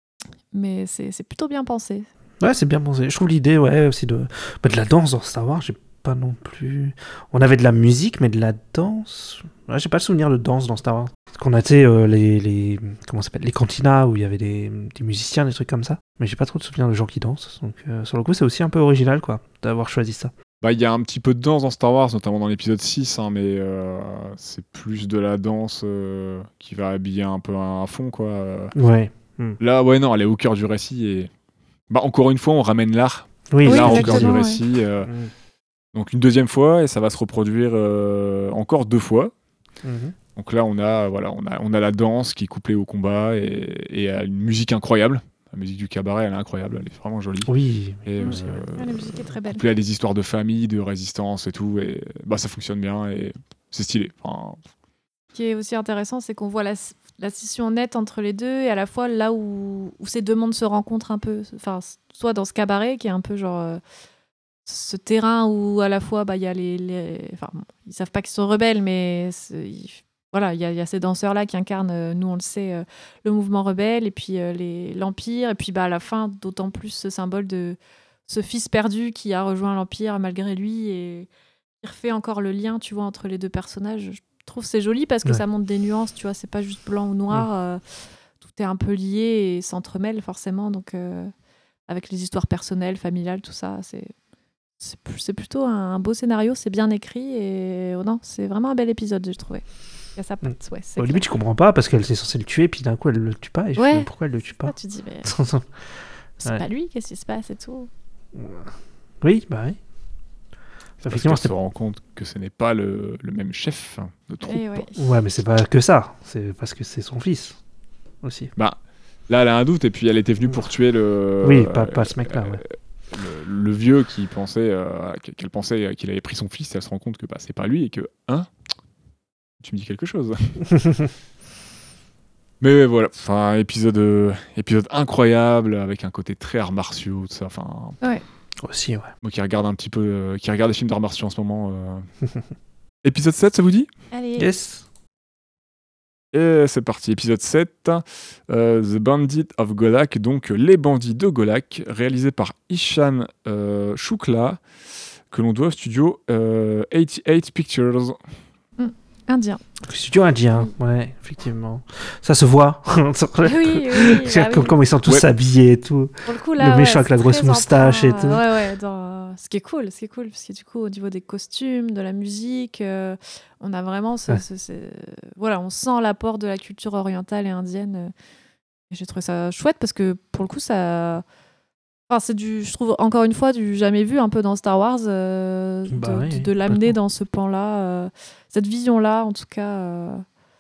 mais c'est, c'est plutôt bien pensé. Ouais, c'est bien pensé. Je trouve l'idée, ouais, aussi de, bah, de la danse dans Star Wars, j'ai pas non plus... On avait de la musique, mais de la danse... Ouais, j'ai pas le souvenir de danse dans Star Wars. Parce qu'on a, tu sais, euh, les, les... Comment ça s'appelle ? Les cantinas, où il y avait des, des musiciens, des trucs comme ça. Mais j'ai pas trop de souvenirs de gens qui dansent. Donc, euh, sur le coup, c'est aussi un peu original, quoi, d'avoir choisi ça. Bah, il y a un petit peu de danse dans Star Wars, notamment dans l'épisode six, hein, mais euh, c'est plus de la danse euh, qui va habiller un peu à, à fond, quoi. Euh, Ouais. Hmm. Là, ouais, non, elle est au cœur du récit et... Bah, encore une fois, on ramène l'art. Oui, Oui, l'art au exactement, cœur du ouais. récit. euh, Mhm. Donc, une deuxième fois, et ça va se reproduire euh, encore deux fois. Mhm. Donc là, on a, voilà, on a, on a la danse qui est couplée au combat et, et à une musique incroyable. La musique du cabaret, elle est incroyable, elle est vraiment jolie. Oui. Et, aussi, euh, ouais. Ouais, la musique est très belle. couplée à des histoires de famille, de résistance et tout, et bah, ça fonctionne bien et c'est stylé. Enfin, Ce qui est aussi intéressant, c'est qu'on voit la, la scission nette entre les deux et à la fois là où, où ces deux mondes se rencontrent un peu. Enfin, soit dans ce cabaret qui est un peu genre euh, ce terrain où à la fois bah, il y a les, les... Enfin, bon, ils savent pas qu'ils sont rebelles, mais c'est- ils- voilà, il y, a- il y a ces danseurs-là qui incarnent, euh, nous on le sait, euh, le mouvement rebelle et puis euh, les, l'Empire. Et puis bah, à la fin, d'autant plus ce symbole de ce fils perdu qui a rejoint l'Empire malgré lui et qui refait encore le lien, tu vois, entre les deux personnages. Je trouve que c'est joli parce que Ouais. ça montre des nuances, tu vois, c'est pas juste blanc ou noir. euh, tout est un peu lié et s'entremêle forcément. Donc, euh, avec les histoires personnelles, familiales, tout ça, c'est, c'est, plus- c'est plutôt un, un beau scénario, c'est bien écrit et oh non, c'est vraiment un bel épisode, j'ai trouvé. Il y a sa patte, ouais. C'est Au début, clair. tu comprends pas parce qu'elle est censée le tuer, puis d'un coup, elle le tue pas. Et je Ouais. me dis, pourquoi elle le tue Ah, pas tu dis, mais c'est Ouais. pas lui, qu'est-ce qui se passe et tout. Oui, bah oui. parce Effectivement, qu'elle c'était... se rend compte que ce n'est pas le, le même chef de troupe. Et ouais. Ouais, mais c'est pas que ça. C'est parce que c'est son fils aussi. Bah, là, elle a un doute, et puis elle était venue pour tuer le... Oui, pas, pas ce mec-là, ouais. le, le vieux qui pensait, euh, qu'elle pensait qu'il avait pris son fils, et elle se rend compte que bah, c'est pas lui, et que, hein, tu me dis quelque chose. Mais voilà, enfin, épisode, euh, épisode incroyable, avec un côté très arts martiaux, tout ça, enfin... Aussi, ouais. Moi qui regarde un petit peu, euh, qui regarde des films d'arts martiaux en ce moment. euh. Épisode sept, ça vous dit ? Allez, Yes. Et c'est parti, épisode sept, euh, The Bandit of Golak, donc Les Bandits de Golak, réalisé par Ishan euh, Shukla, que l'on doit au studio euh, quatre-vingt-dix-huit Pictures. indien. Studio indien, ouais, effectivement. Ça se voit. Oui, oui, oui, bah comme, oui. comme ils sont tous Ouais. habillés et tout. Pour le coup, là, Le méchant ouais, avec la c'est grosse très moustache et emprunt, tout. Ouais, ouais, dans... ce qui est cool, ce qui est cool, parce que du coup, au niveau des costumes, de la musique, euh, on a vraiment ce, Ouais. ce- ce- voilà, on sent l'apport de la culture orientale et indienne. euh, Et j'ai trouvé ça chouette parce que pour le coup, ça, enfin, c'est du, je trouve encore une fois du jamais vu un peu dans Star Wars, euh, Bah de, oui, de- oui, de l'amener complètement. dans ce pan-là, euh, cette vision-là, en tout cas. euh,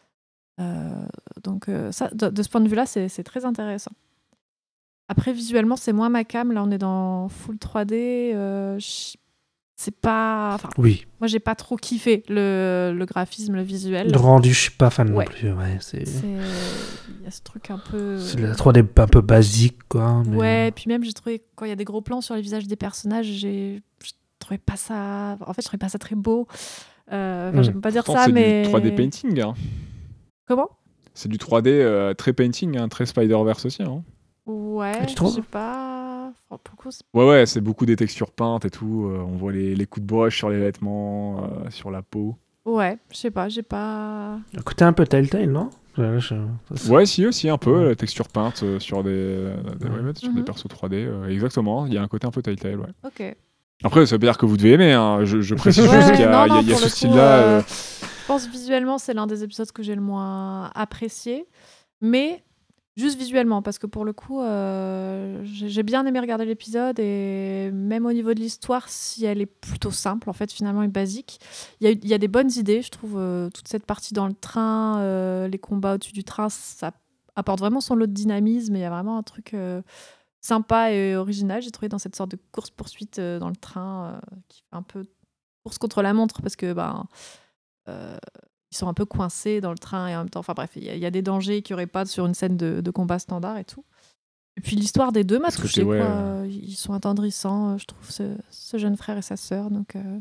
euh, donc euh, ça, de, de ce point de vue-là, c'est c'est très intéressant. Après, visuellement, c'est moins ma cam. Là, on est dans full trois D. euh, je- c'est pas. Enfin, Oui. moi, j'ai pas trop kiffé le, le graphisme, le visuel. Le rendu, je suis pas fan Ouais. non plus. Ouais, c'est... C'est- Il y a ce truc un peu. c'est de la trois D un peu basique, quoi. Mais... Ouais, et puis même, j'ai trouvé, quand il y a des gros plans sur les visages des personnages, j'ai je trouvais pas ça. En fait, je trouvais pas ça très beau. Euh, enfin, Mm. j'aime pas dire Pourtant, ça, c'est mais. du trois D painting. hein. Comment C'est du trois D euh, très painting, hein, très Spider-Verse aussi. hein. Ouais, Ah, tu trouves je sais pas. Enfin, pour le coup, c'est- Ouais, ouais, c'est beaucoup des textures peintes et tout. euh, on voit les, les coups de brush sur les vêtements, euh, sur la peau. Ouais, je sais pas, j'ai pas. Un côté un peu Telltale, non? Ouais, je- ça, c'est- Ouais, si, aussi un peu, Ouais. la texture peinte euh, sur des, des- Ouais. ouais, ouais, sur Mhm. des persos trois D. euh, exactement, il y a un côté un peu Telltale, ouais. Ok. Après, ça veut pas dire que vous devez aimer, hein, je, je précise Ouais, juste qu'il y a, non, il y a- non, il y a pour ce le coup, style-là. euh, euh, Je pense visuellement, c'est l'un des épisodes que j'ai le moins apprécié. Mais juste visuellement, parce que pour le coup, euh, j'ai j'ai bien aimé regarder l'épisode et même au niveau de l'histoire, si elle est plutôt simple, en fait, finalement, et basique, il y a, eu- il y a des bonnes idées. Je trouve euh, toute cette partie dans le train, euh, les combats au-dessus du train, ça apporte vraiment son lot de dynamisme et il y a vraiment un truc euh, sympa et original, j'ai trouvé, dans cette sorte de course-poursuite euh, dans le train euh, qui fait un peu course contre la montre parce que ben, euh, ils sont un peu coincés dans le train et en même temps, enfin bref, il y, a- il y a des dangers qu'il n'y aurait pas sur une scène de, de combat standard et tout. Et puis l'histoire des deux m'a Parce que touchée. c'est- ouais, quoi. euh, Ils sont attendrissants, euh, je trouve, ce, ce jeune frère et sa sœur. Donc, euh,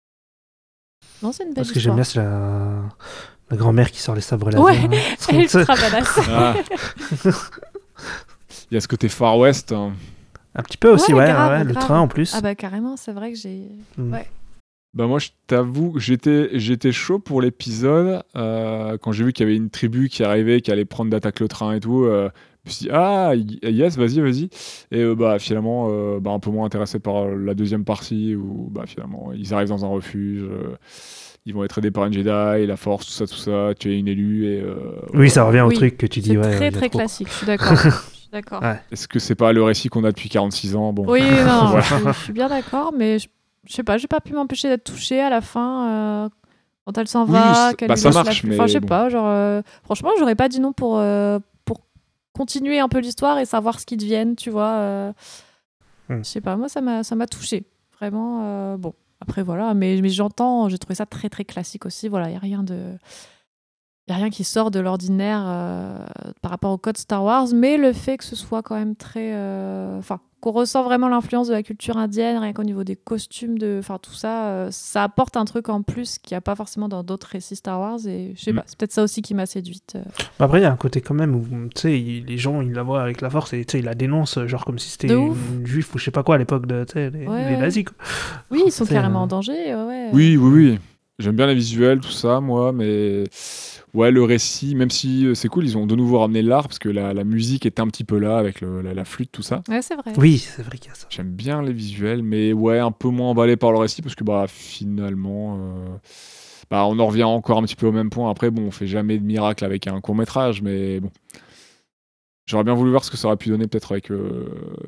non, c'est une belle Ce que j'aime histoire. bien, c'est la... la grand-mère qui sort les sabres laser. Ouais, hein. Elle est ultra badass. ah. Il y a ce côté Far West. Hein. Un petit peu aussi, ouais, grave, ouais, le grave. train en plus. Ah bah carrément, c'est vrai que j'ai... Mm. Ouais. Bah moi, je t'avoue que j'étais, j'étais chaud pour l'épisode. Euh, quand j'ai vu qu'il y avait une tribu qui arrivait, qui allait prendre d'attaque le train et tout, euh, je me suis dit, ah, yes, vas-y, vas-y. Et euh, bah, finalement, euh, bah, un peu moins intéressé par la deuxième partie, où bah, finalement, ils arrivent dans un refuge, euh, ils vont être aidés par une Jedi, la force, tout ça, tout ça, tu es une élue. Et, euh, Oui, voilà. ça revient au Oui, truc que tu dis. C'est ouais, très il y a très trop. classique, je suis d'accord. Je suis d'accord. Ouais. Est-ce que c'est pas le récit qu'on a depuis quarante-six ans? Bon. Oui, non, Voilà. je, je suis bien d'accord, mais je, je sais pas, j'ai pas pu m'empêcher d'être touchée à la fin euh, quand elle s'en Oui, va, c'est- qu'elle bah, lui ça laisse la marche, fille. mais Enfin, je sais bon. pas, genre, euh, franchement, j'aurais pas dit non pour, euh, pour continuer un peu l'histoire et savoir ce qu'ils deviennent, tu vois. euh, Hmm. Je sais pas, moi, ça m'a, ça m'a touchée. Vraiment, euh, bon. Après, voilà, mais, mais j'entends, j'ai trouvé ça très très classique aussi. Voilà, il y a rien de. Il n'y a rien qui sort de l'ordinaire euh, par rapport au code Star Wars, mais le fait que ce soit quand même très... euh, Enfin, qu'on ressent vraiment l'influence de la culture indienne, rien qu'au niveau des costumes, de, enfin tout ça, euh, ça apporte un truc en plus qu'il n'y a pas forcément dans d'autres récits Star Wars, et je sais Mm. pas, c'est peut-être ça aussi qui m'a séduite. euh. Bah après, il y a un côté quand même où, tu sais, il- les gens, ils la voient avec la force et tu sais, ils la dénoncent, genre comme si c'était De une ouf. juif ou je sais pas quoi à l'époque de, tu sais, les, Ouais, les ouais. nazis, quoi. Oui, ils sont C'est, carrément euh, en danger, ouais, ouais. Oui, oui, oui. J'aime bien les visuels, tout ça, moi, mais ouais, le récit, même si euh, c'est cool, ils ont de nouveau ramené l'art, parce que la, la musique est un petit peu là, avec le- la, la flûte, tout ça. Ouais, c'est vrai. Oui, c'est vrai qu'il y a ça. J'aime bien les visuels, mais ouais, un peu moins emballé par le récit, parce que bah, finalement, euh, bah, on en revient encore un petit peu au même point. Après, bon, on fait jamais de miracle avec un court-métrage, mais bon. J'aurais bien voulu voir ce que ça aurait pu donner, peut-être avec... euh,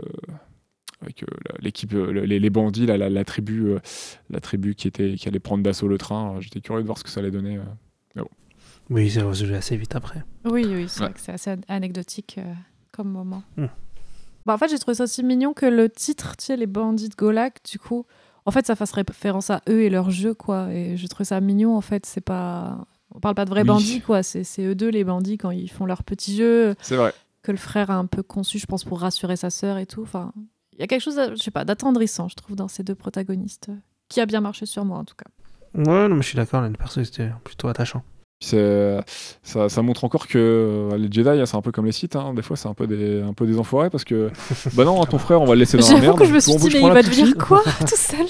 avec euh, la- l'équipe, euh, les, les bandits, la, la, la tribu, euh, la tribu qui, était, qui allait prendre d'assaut le train. J'étais curieux de voir ce que ça allait donner. euh. Oui, c'est résolu assez vite après. Oui, oui, c'est Ouais. vrai que c'est assez an- anecdotique euh, comme moment. Hmm. Bah, en fait, j'ai trouvé ça aussi mignon que le titre, tu sais, les bandits de Golak, du coup, en fait, ça fasse référence à eux et leur jeu, quoi. Et j'ai trouvé ça mignon, en fait. C'est pas... On parle pas de vrais Oui. bandits, quoi. C'est, c'est eux deux, les bandits, quand ils font leur petit jeu, C'est vrai. que le frère a un peu conçu, je pense, pour rassurer sa sœur et tout. Enfin, il y a quelque chose, de- je sais pas, d'attendrissant, je trouve, dans ces deux protagonistes, euh, qui a bien marché sur moi, en tout cas. Ouais, non, mais je suis d'accord, là, le perso, c'était plutôt attachant. C'est, ça, ça montre encore que euh, les Jedi, c'est un peu comme les Sith. Hein. Des fois, c'est un peu des, un peu des enfoirés parce que, bah non, ton frère, on va le laisser dans la J'avoue merde. que je me Bon, suis bon, dit, je mais prends il la va petite devenir fille. quoi, tout seul?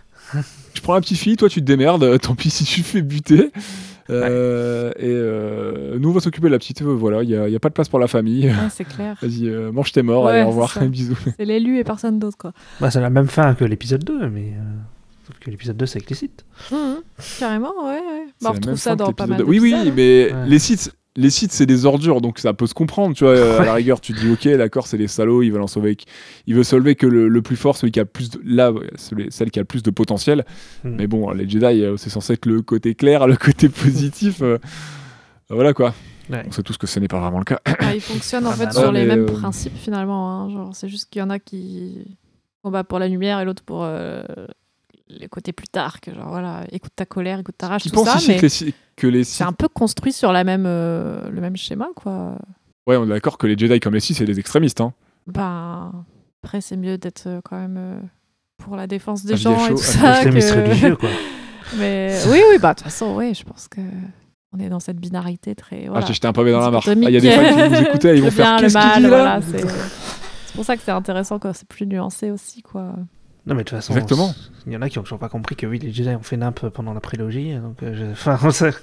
Je prends la petite fille, toi tu te démerdes, tant pis si tu fais buter. Euh, Et euh, nous on va s'occuper de la petite, euh, voilà, il n'y a, y a pas de place pour la famille. Ouais, c'est clair. Vas-y, euh, mange tes morts, Ouais, allez, au c'est revoir, ça. bisous. C'est l'élu et personne d'autre, quoi. Bah, c'est la même fin que l'épisode deux, mais. euh, Sauf que l'épisode deux, c'est avec les sites. Mhm. Carrément, ouais, ouais. C'est Bah, on la retrouve même ça fin que dans pas mal l'épisode deux. Oui, oui, d'épisodes, hein. mais Ouais. les sites, les sites c'est des ordures, donc ça peut se comprendre, tu vois. euh, À la rigueur, tu te dis, ok, d'accord, c'est des salauds, ils veulent en sauver. Ils veulent sauver que le, le plus fort, celui qui a le plus de, là, celui- celle qui a le plus de potentiel. Mm. Mais bon, les Jedi, euh, c'est censé être le côté clair, le côté positif. euh, voilà quoi. Ouais. On sait tous que ce n'est pas vraiment le cas. Ah, ils fonctionnent en Ah fait bah sur non. les Mais, mêmes euh, principes finalement. Hein. Genre, c'est juste qu'il y en a qui combattent pour la lumière et l'autre pour euh, les côtés plus dark. Genre voilà, écoute ta colère, écoute ta rage, Tu tout penses ça. ici Mais que les, si- que les c'est Sith- un peu construit sur la même, euh, le même schéma, quoi. Ouais, on est d'accord que les Jedi comme les Sith, c'est des extrémistes. Hein. Ben, après, c'est mieux d'être euh, quand même euh, pour la défense des Avis gens chaud, et tout avis ça. Extrémiste que- religieux, quoi. Mais oui, oui, bah de toute façon, oui, je pense que on est dans cette binarité très. Ah, Voilà. je t'ai jeté un pavé dans la mare. Ah, dichotomique. il y a des fans qui nous écoutaient, ils vont Le faire bien, le qu'est-ce qu'il mal, dit là voilà, c'est... c'est pour ça que c'est intéressant quand c'est plus nuancé aussi, quoi. Non, mais de toute façon, Exactement. il y en a qui ont toujours pas compris que oui, les Jedi ont fait nimp pendant la prélogie. Donc, euh, je... Enfin, on sait.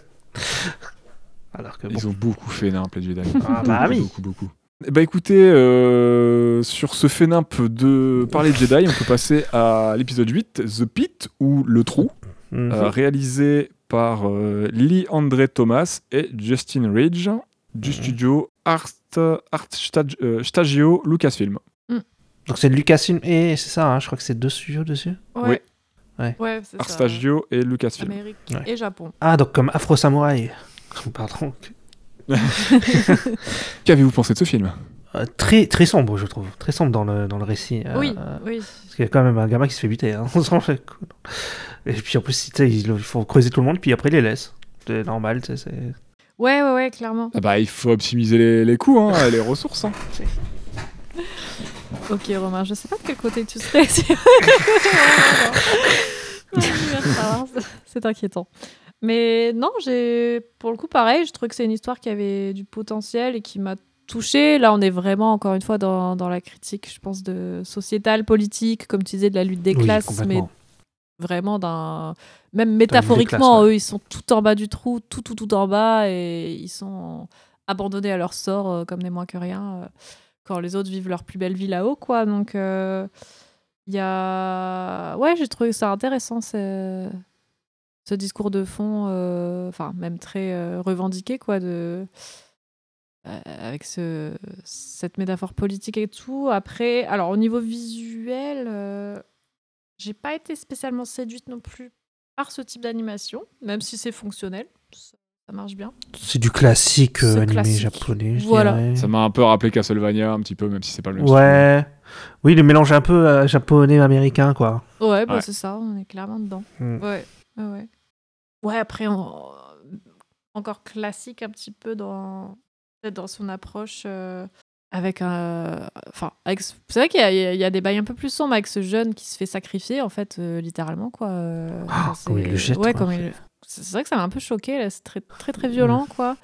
Alors que bon. Ils ont beaucoup fait nimp, les Jedi. Ah, bah Beaucoup, oui. Beaucoup, beaucoup. Eh ben, écoutez, euh, sur ce fait nimp de parler de Jedi, on peut passer à l'épisode huit, The Pit, ou Le Trou, Mhm. euh, réalisé par euh, Lee André Thomas et Justin Ridge, du studio Art, Art Stag- euh, Stagio Lucasfilm. Donc c'est Lucasfilm et c'est ça, hein, je crois que c'est deux studios dessus. Ouais. Ouais. Ouais, c'est Art ça. Stagio et Lucasfilm. Amérique Ouais. et Japon. Ah, donc comme Afro Samouraï. Pardon. Qu'avez-vous pensé de ce film? Euh, très, très sombre, je trouve. Très sombre dans le, dans le récit. euh, Oui, euh, oui. Parce qu'il y a quand même un gamin qui se fait buter. Hein. On s'en fait cool. Et puis en plus, tu sais, il il faut creuser tout le monde, puis après, il les laisse. C'est normal, tu sais. c'est- Ouais, ouais, ouais, clairement. Ah bah, il faut optimiser les, les coûts, hein, les ressources. Hein. Ok, Romain, je sais pas de quel côté tu serais. si- C'est inquiétant. Mais non, j'ai pour le coup pareil, je trouve que c'est une histoire qui avait du potentiel et qui m'a touché. Là, on est vraiment, encore une fois, dans, dans la critique, je pense, de sociétale, politique, comme tu disais, de la lutte des Oui, classes, mais complètement. vraiment d'un... Même classes, métaphoriquement, ouais. eux, ils sont tout en bas du trou, tout, tout, tout en bas, et ils sont abandonnés à leur sort, euh, comme des moins que rien, euh, quand les autres vivent leur plus belle vie là-haut, quoi. Donc, il euh, y a... Ouais, j'ai trouvé ça intéressant, ce, ce discours de fond, euh, enfin, même très euh, revendiqué, quoi, de... Euh, avec ce, cette métaphore politique et tout. Après, alors au niveau visuel, euh, j'ai pas été spécialement séduite non plus par ce type d'animation, même si c'est fonctionnel, ça, ça marche bien. C'est du classique euh, C'est animé classique. japonais, je Voilà. dirais. Ça m'a un peu rappelé Castlevania, un petit peu, même si c'est pas le même Ouais. Oui, le mélange un peu euh, japonais-américain, quoi. Ouais, bah Ouais. c'est ça, on est clairement dedans. Mm. Ouais, ouais, ouais. Ouais, après, on- encore classique un petit peu dans, peut-être dans son approche. euh, Avec un. Enfin, avec... ce- c'est vrai qu'il y a, il y a- il y a des bails un peu plus sombres avec ce jeune qui se fait sacrifier, en fait, euh, littéralement, quoi. Euh, enfin, c'est- comme il le jette, Ouais, quoi. comme il... C'est c'est vrai que ça m'a un peu choqué, là. C'est très, très, très violent, quoi.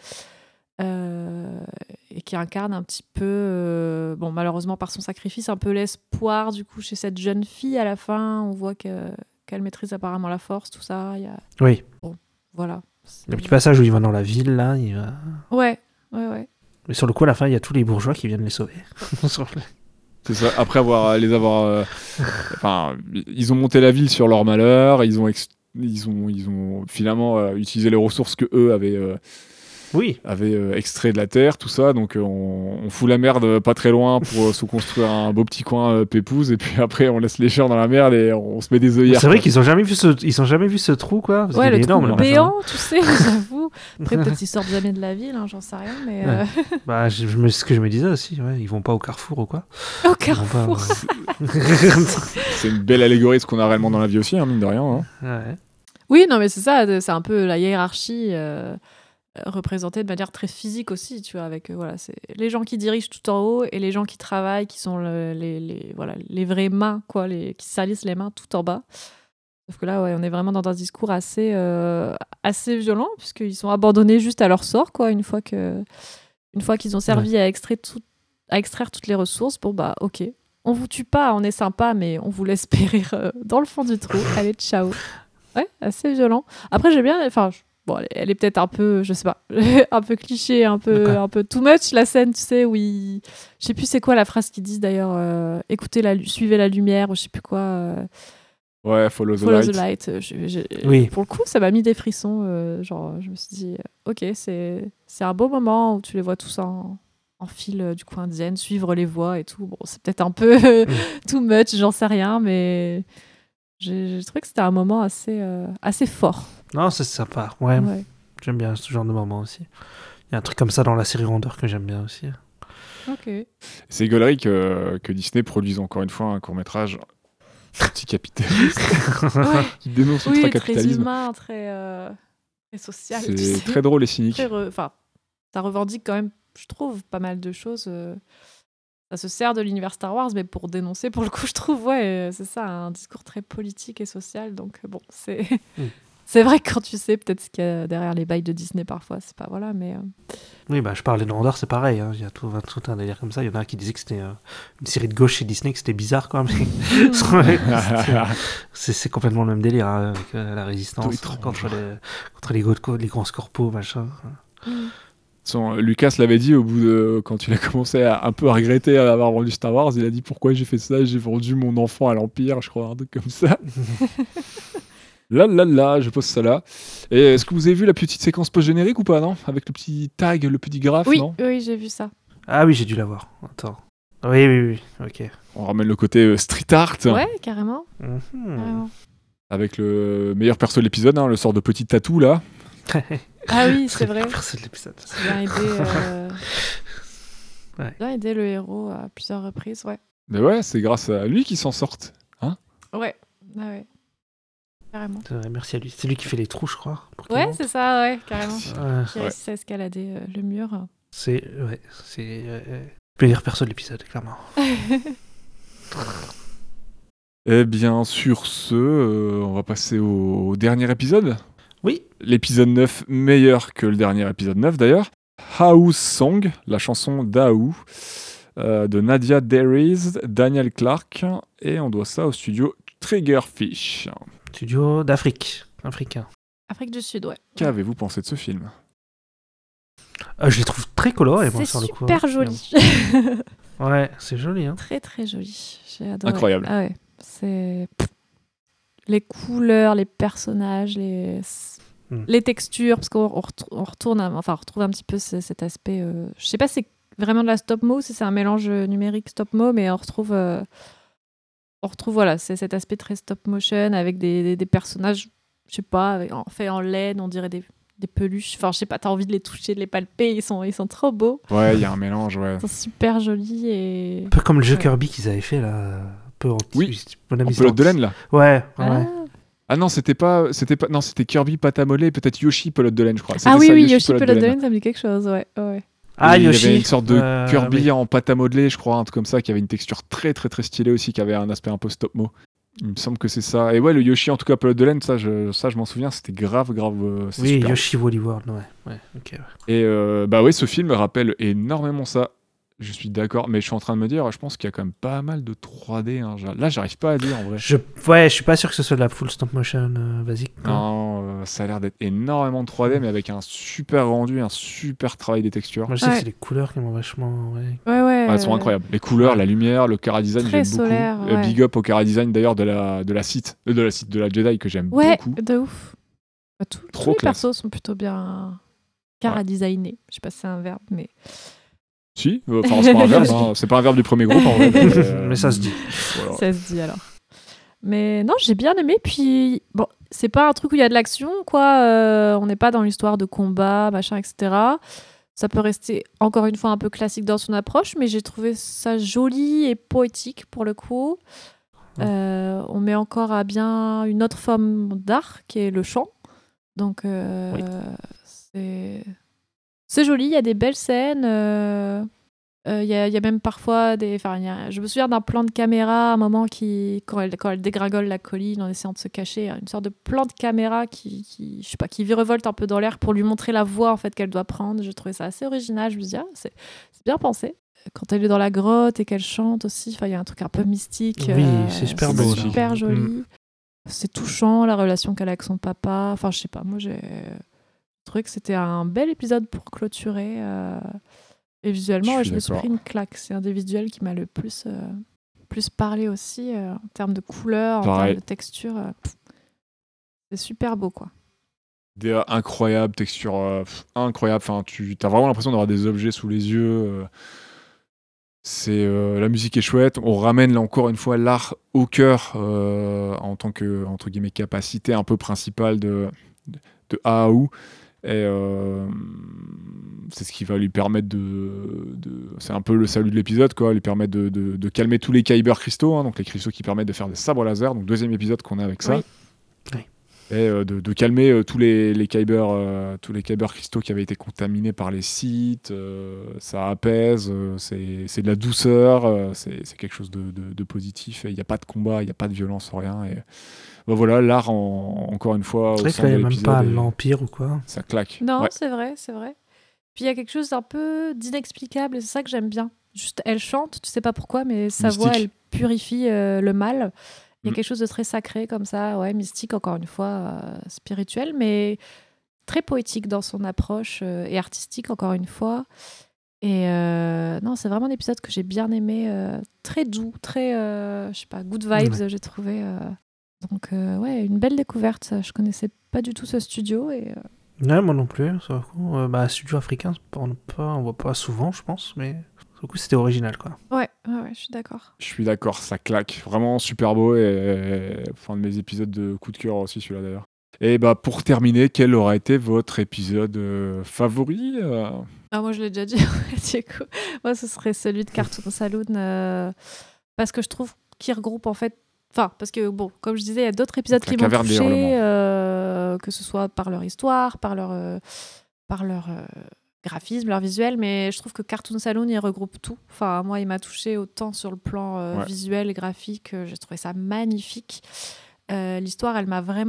Euh, Et qui incarne un petit peu, euh, bon, malheureusement, par son sacrifice, un peu l'espoir, du coup, chez cette jeune fille à la fin. On voit que... qu'elle maîtrise apparemment la force, tout ça. Il y a... Oui. Voilà. C'est- Le petit passage où il va dans la ville, là, il va... Ouais, ouais, ouais. Mais sur le coup, à la fin, il y a tous les bourgeois qui viennent les sauver. C'est ça. Après avoir les avoir, euh, enfin, ils ont monté la ville sur leur malheur. Ils ont, ex- ils ont, ils ont finalement euh, utilisé les ressources que eux avaient, euh, Oui. avaient euh, extrait de la terre, tout ça. Donc euh, on, on fout la merde euh, pas très loin pour euh, se construire un beau petit coin euh, pépouze. Et puis après, on laisse les chiens dans la merde et on se met des œillères. C'est vrai quoi. qu'ils ont jamais vu ce, ils ont jamais vu ce trou, quoi. Parce Ouais, qu'il le est énorme, trou le machin. béant, tu sais, j'avoue. Après, peut-être ils sortent jamais de la ville, hein, j'en sais rien, mais... euh, Bah, je, je me, c'est ce que je me disais aussi, ouais. Ils vont pas au Carrefour ou quoi. Au Ils vont pas, Carrefour. C'est une belle allégorie de ce qu'on a réellement dans la vie aussi, hein, mine de rien. Hein. ouais. Oui, non, mais c'est ça, c'est un peu la hiérarchie euh, représentée de manière très physique aussi, tu vois, avec euh, voilà, c'est les gens qui dirigent tout en haut et les gens qui travaillent, qui sont le- les, les, voilà, les vraies mains, quoi, les, qui salissent les mains tout en bas. Sauf que là, ouais, on est vraiment dans un discours assez, euh, assez violent, puisqu'ils sont abandonnés juste à leur sort, quoi, une fois que, une fois qu'ils ont servi à, extraire tout, à extraire toutes les ressources. Bon, bah, ok. On vous tue pas, on est sympa, mais on vous laisse périr euh, dans le fond du trou. Allez, ciao. Ouais, assez violent. Après, j'ai bien... Enfin, je- bon, elle est, elle est peut-être un peu, je sais pas, un peu cliché, un peu, D'accord. un peu too much, la scène, tu sais, où ils... Je sais plus c'est quoi la phrase qu'ils disent, d'ailleurs. euh, Écoutez, la, lu- suivez la lumière, ou je sais plus quoi... euh, Ouais, follow the Follow light. the light. euh, je- j'ai- Oui. Pour le coup, ça m'a mis des frissons. euh, genre, je me suis dit, euh, ok, c'est c'est un beau moment où tu les vois tous en, en file euh, du coin de zen, suivre les voies et tout. Bon, c'est peut-être un peu too much, j'en sais rien, mais j'ai j'ai trouvé que c'était un moment assez, euh, assez fort. Non, c'est sympa. Ouais, Ouais. j'aime bien ce genre de moment aussi. Il y a un truc comme ça dans la série Rondeur que j'aime bien aussi. Ok. C'est gaulerie que, que Disney produise encore une fois un court-métrage anticapitaliste Ouais. qui dénonce Oui, très l'ultracapitalisme. humain, très, euh, très social. tu C'est sais. très drôle et cynique. Très re- Enfin, ça revendique quand même, je trouve, pas mal de choses. euh, Ça se sert de l'univers Star Wars, mais pour dénoncer, pour le coup, je trouve, ouais, euh, c'est ça, un discours très politique et social. Donc, euh, bon, c'est. Mm. C'est vrai que quand tu sais peut-être ce qu'il y a derrière les bails de Disney parfois, c'est pas voilà, mais euh, Oui, bah, je parlais de Rondeur, c'est pareil. hein. Il y a tout, tout un délire comme ça. Il y en a un qui disait que c'était euh, une série de gauche chez Disney, que c'était bizarre quand même. c'est, c'est complètement le même délire hein, avec euh, la résistance Tout étrange. contre les, contre les, go- les grands corpos, machin. Son- Lucas l'avait dit au bout de quand il a commencé à un peu à regretter d'avoir vendu Star Wars, il a dit pourquoi j'ai fait ça, j'ai vendu mon enfant à l'Empire, je crois, un truc comme ça. Là, là, là, je pose ça là. Et est-ce que vous avez vu la petite séquence post-générique ou pas, non? Avec le petit tag, le petit graphe, oui, non? oui, j'ai vu ça. Ah oui, j'ai dû l'avoir. Attends. Oui, oui, oui. Ok. On ramène le côté euh, street art Ouais, carrément. Mhm. carrément. avec le meilleur perso de l'épisode, hein, le sort de petit tatou là. Ah oui, c'est vrai. C'est l'épisode. C'est bien aidé, euh, Ouais. bien aidé le héros à plusieurs reprises, ouais. Mais ouais, c'est grâce à lui qu'ils s'en sortent. Ouais, ah ouais. Carrément. C'est vrai, merci à lui. C'est lui qui fait les trous, je crois. pour qu'il Ouais, monte. c'est ça, ouais, carrément. Ouais. Qui réussit à escalader euh, le mur. C'est ouais, c'est euh, le meilleur perso de l'épisode, clairement. Eh bien, sur ce, euh, on va passer au, au dernier épisode. Oui. L'épisode neuf, meilleur que le dernier épisode neuf d'ailleurs. House Song, la chanson d'Aou, euh, de Nadia Darius, Daniel Clark, et on doit ça au studio Triggerfish. Studio d'Afrique, africain. Afrique du Sud, ouais. Qu'avez-vous pensé de ce film ? Euh, je les trouve très colorés, moi, C'est sur le coup. super hein. joli. Ouais, c'est joli. Hein. Très très joli. J'ai adoré. Incroyable. Ah ouais, c'est les couleurs, les personnages, les Hmm. les textures, parce qu'on on retou- on retourne, à- enfin on retrouve un petit peu ce- cet aspect. Euh... Je sais pas si c'est vraiment de la stop mo, si c'est un mélange euh, numérique stop mo, mais on retrouve, euh, on retrouve voilà, c'est cet aspect très stop motion avec des, des, des personnages, je sais pas, avec- en- faits en laine, on dirait des des peluches. Enfin, je sais pas, t'as envie de les toucher, de les palper. Ils sont, ils sont trop beaux. Ouais, il y a un mélange, ouais. Ils sont super jolis et. Un peu comme le jeu Ouais. Kirby qu'ils avaient fait là. Un peu en Oui, mon En ami pelote de laine, là. Ouais, ouais. Ah, Ah non, c'était pas, c'était pas, non, c'était Kirby pâte à modeler, peut-être Yoshi pelote de laine, je crois. C'était Ah oui, ça, oui, Yoshi pelote de laine. laine, ça me dit quelque chose, ouais. ouais. Ah, Et Yoshi. Il y avait une sorte de Euh, Kirby oui. en pâte à modeler, je crois, un truc comme ça, qui avait une texture très très très stylée aussi, qui avait un aspect un peu stop-mo. Il me semble que c'est ça. Et ouais, le Yoshi en tout cas pelote de laine, ça je, ça, je m'en souviens, c'était grave, grave. euh, c'est Oui, super. Yoshi Woolly World, ouais. ouais. ok. ouais. Et euh, bah ouais, ce film me rappelle énormément ça. Je suis d'accord, mais je suis en train de me dire, je pense qu'il y a quand même pas mal de trois D. Hein. Là, j'arrive pas à dire en vrai. Je... Ouais, je suis pas sûr que ce soit de la full stop motion euh, basique. quoi. Non, euh, ça a l'air d'être énormément de trois D, mais avec un super rendu, un super travail des textures. Moi, je sais Ouais. que c'est les couleurs qui m'ont vachement. Ouais. Ouais, ouais. Ah, elles sont euh, incroyables. Les couleurs, la lumière, le chara design, Très j'aime beaucoup. solaire, Euh, ouais. Big up au chara design d'ailleurs de la de la Sith, euh, de la Sith, de la Jedi que j'aime Ouais, beaucoup. de ouf. Bah, tout- Trop tous les classe. persos sont plutôt bien cara-designés. Je sais pas si c'est un verbe, mais. Si, euh, enfin c'est pas un verbe, hein. C'est pas un verbe du premier groupe en vrai. Mais, euh, Mais ça se dit. voilà. Ça se dit alors. Mais non, j'ai bien aimé. Puis, bon, c'est pas un truc où il y a de l'action, quoi. Euh, on n'est pas dans l'histoire de combat, machin, et cetera. Ça peut rester, encore une fois, un peu classique dans son approche, mais j'ai trouvé ça joli et poétique pour le coup. Euh, on met encore à bien une autre forme d'art qui est le chant. Donc, euh, Oui. c'est... c'est joli. Il y a des belles scènes. euh, euh, Il y, a, il y a même parfois des. Enfin, il y a- je me souviens d'un plan de caméra à un moment qui, quand elle, quand elle dégringole la colline en essayant de se cacher, une sorte de plan de caméra qui, qui, je sais pas, qui virevolte un peu dans l'air pour lui montrer la voie en fait qu'elle doit prendre. J'ai trouvé ça assez original. Je me dis, ah, c'est, c'est bien pensé. Quand elle est dans la grotte et qu'elle chante aussi, enfin, il y a un truc un peu mystique. Oui, euh, c'est super beau, C'est ça. super joli. Mm. C'est touchant la relation qu'elle a avec son papa. Enfin, je sais pas. Moi, j'ai trouvé que c'était un bel épisode pour clôturer. euh, Et visuellement, Je ouais, suis je me suis d'accord. pris une claque. C'est un des visuels qui m'a le plus, euh, plus parlé aussi euh, en termes de couleurs, en Pareil. termes de texture. euh, pff, c'est super beau, quoi. Des incroyables textures, euh, pff, incroyables. Enfin, tu as vraiment l'impression d'avoir des objets sous les yeux. euh. C'est euh, la musique est chouette. On ramène là encore une fois l'art au cœur euh, en tant que entre guillemets capacité un peu principale de de, de Aau. Et euh, c'est ce qui va lui permettre de, de- c'est un peu le salut de l'épisode quoi, lui permettre de, de- de calmer tous les Kyber cristaux, hein, donc les cristaux qui permettent de faire des sabres laser. Donc deuxième épisode qu'on a avec ça. Oui. Oui. Et euh, de, de calmer euh, tous les, les Kyber, euh, tous les Kyber cristaux qui avaient été contaminés par les sites. euh, ça apaise, euh, c'est, c'est de la douceur, euh, c'est, c'est quelque chose de, de- de positif. Il n'y a pas de combat, il n'y a pas de violence, rien. Et bah voilà, l'art en- encore une fois C'est au vrai sein qu'il de n'y a même l'épisode, pas et l'Empire ou quoi. ça claque. Non, Ouais. c'est vrai, c'est vrai. Puis il y a quelque chose d'un peu d'inexplicable, et c'est ça que j'aime bien. Juste, elle chante, tu sais pas pourquoi, mais sa Mystique. voix, elle purifie euh, le mal. Il y a Mm. quelque chose de très sacré comme ça, ouais, mystique, encore une fois, euh, spirituel, mais très poétique dans son approche euh, et artistique, encore une fois. Et euh, non, c'est vraiment un épisode que j'ai bien aimé, euh, très doux, très, euh, je sais pas, good vibes, Ouais. j'ai trouvé. euh. Donc, euh, ouais, une belle découverte. ça. Je connaissais pas du tout ce studio et euh, Ouais, moi non plus, sur le coup. Euh, bah, studio africain, c'est pas- on ne pas, on voit pas souvent, je pense, mais sur le coup, c'était original, quoi. ouais, ouais, ouais, je suis d'accord. Je suis d'accord, ça claque. Vraiment super beau et, et enfin, un de mes épisodes de coup de cœur aussi, celui-là d'ailleurs. Et bah pour terminer, quel aura été votre épisode euh, favori euh Ah, moi, je l'ai déjà dit. du coup. Moi, ce serait celui de Cartoon Saloon. euh, parce que je trouve qu'il regroupe, en fait. Enfin, parce que, bon, comme je disais, il y a d'autres épisodes Donc, la qui m'ont caverne des touché, hurlements. euh, que ce soit par leur histoire, par leur, euh, par leur euh, graphisme, leur visuel. Mais je trouve que Cartoon Saloon, il regroupe tout. Enfin, moi, il m'a touché autant sur le plan euh, Ouais. visuel et graphique. euh, J'ai trouvé ça magnifique. Euh, L'histoire, elle m'a vraiment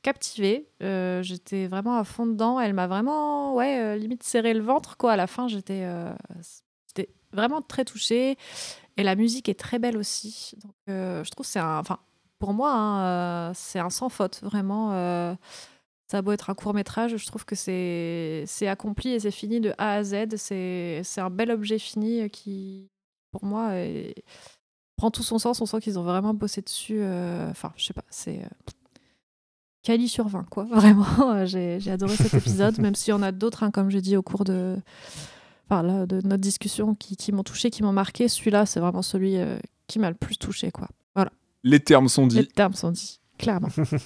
captivée. Euh, j'étais vraiment à fond dedans. Elle m'a vraiment, ouais, euh, limite serré le ventre, quoi. À la fin, j'étais, euh, j'étais vraiment très touchée. Et la musique est très belle aussi. Donc, euh, je trouve que c'est un... Enfin, pour moi, hein, euh, c'est un sans faute, vraiment. Euh, ça a beau être un court-métrage, je trouve que c'est, c'est accompli et c'est fini de A à Z. C'est, c'est un bel objet fini qui, pour moi, est... prend tout son sens. On sent qu'ils ont vraiment bossé dessus. Euh... Enfin, je sais pas, c'est... Euh... Cali sur vingt, quoi. Vraiment, j'ai, j'ai adoré cet épisode, même s'il y en a d'autres, hein, comme j'ai dit au cours de... Enfin, là, de notre discussion, qui, qui m'ont touché, qui m'ont marqué. Celui-là, c'est vraiment celui euh, qui m'a le plus touché, quoi. Voilà. Les termes sont dits. Les termes sont dits, clairement.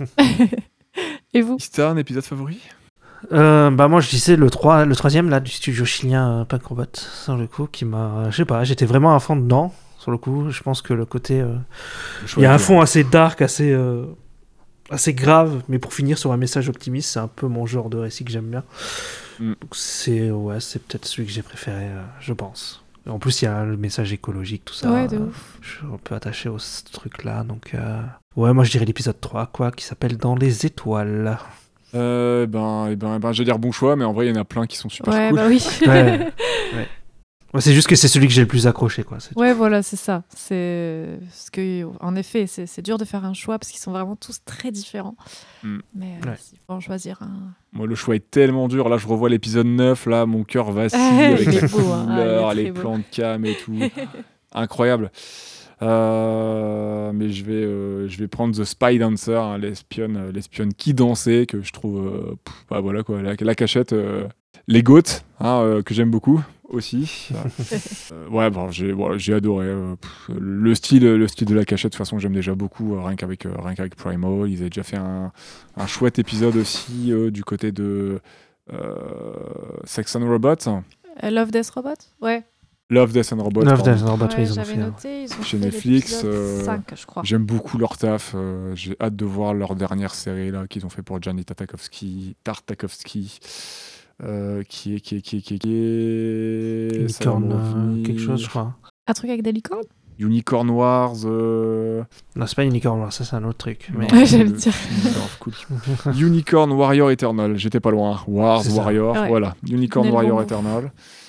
Et vous ? C'était un épisode favori ? Euh, bah moi je disais le, trois, le troisième là du studio chilien euh, Punk Robot sur le coup qui m'a, je sais pas, j'étais vraiment à fond dedans sur le coup. Je pense que le côté euh, il y a un fond assez dark, assez euh, assez grave, mais pour finir sur un message optimiste, c'est un peu mon genre de récit que j'aime bien. Mm. Donc c'est ouais, c'est peut-être celui que j'ai préféré, euh, je pense. En plus il y a le message écologique, tout ça. Ouais, de euh, ouf. Je suis un peu attaché au ce truc là, donc euh... ouais, moi je dirais l'épisode trois quoi, qui s'appelle Dans les étoiles. Euh, ben, eh ben, ben, je vais dire bon choix, mais en vrai, il y en a plein qui sont super ouais, cool. Bah oui. ouais, ouais. Ouais, c'est juste que c'est celui que j'ai le plus accroché, quoi. C'est ouais, tout. Voilà, c'est ça. C'est... Parce que, en effet, c'est, c'est dur de faire un choix parce qu'ils sont vraiment tous très différents. Mm. Mais euh, ouais. Il faut en choisir un. Moi, le choix est tellement dur. Là, je revois l'épisode neuf, là, mon cœur vacille avec les beau, couleurs, hein. ah, les beau. plans de cam et tout. Incroyable. Euh, mais je vais, euh, je vais prendre The Spy Dancer, hein, l'espionne, euh, l'espionne qui dansait, que je trouve, euh, pff, bah voilà quoi, la, la cachette, euh, les goats, hein, euh, que j'aime beaucoup aussi. euh, ouais, bon, j'ai, voilà, j'ai adoré euh, pff, le style, le style de la cachette. De toute façon, j'aime déjà beaucoup, euh, rien qu'avec, euh, rien qu'avec Primal. Ils avaient déjà fait un, un chouette épisode aussi euh, du côté de euh, Sex and Robot. Uh, Love Death Robot, ouais. Love, Death and Robots. Love, Death and Robots, ouais, oui, ils ont j'avais fait, noté, ils ont chez fait Netflix. Euh, cinq, je crois. J'aime beaucoup leur taf. Euh, j'ai hâte de voir leur dernière série là qu'ils ont fait pour Johnny Tartakovsky, Tartakovsky, euh, qui est qui est qui est qui est, qui est... Unicorn, euh, quelque chose, je crois. Un truc avec des licornes. Unicorn Wars. Euh... Non, c'est pas Unicorn Wars, ça c'est un autre truc. Mais... Ouais, j'allais le dire. Cool. Unicorn Warrior Eternal. J'étais pas loin. Wars Warrior. Ouais. Voilà. Unicorn Warrior Eternal.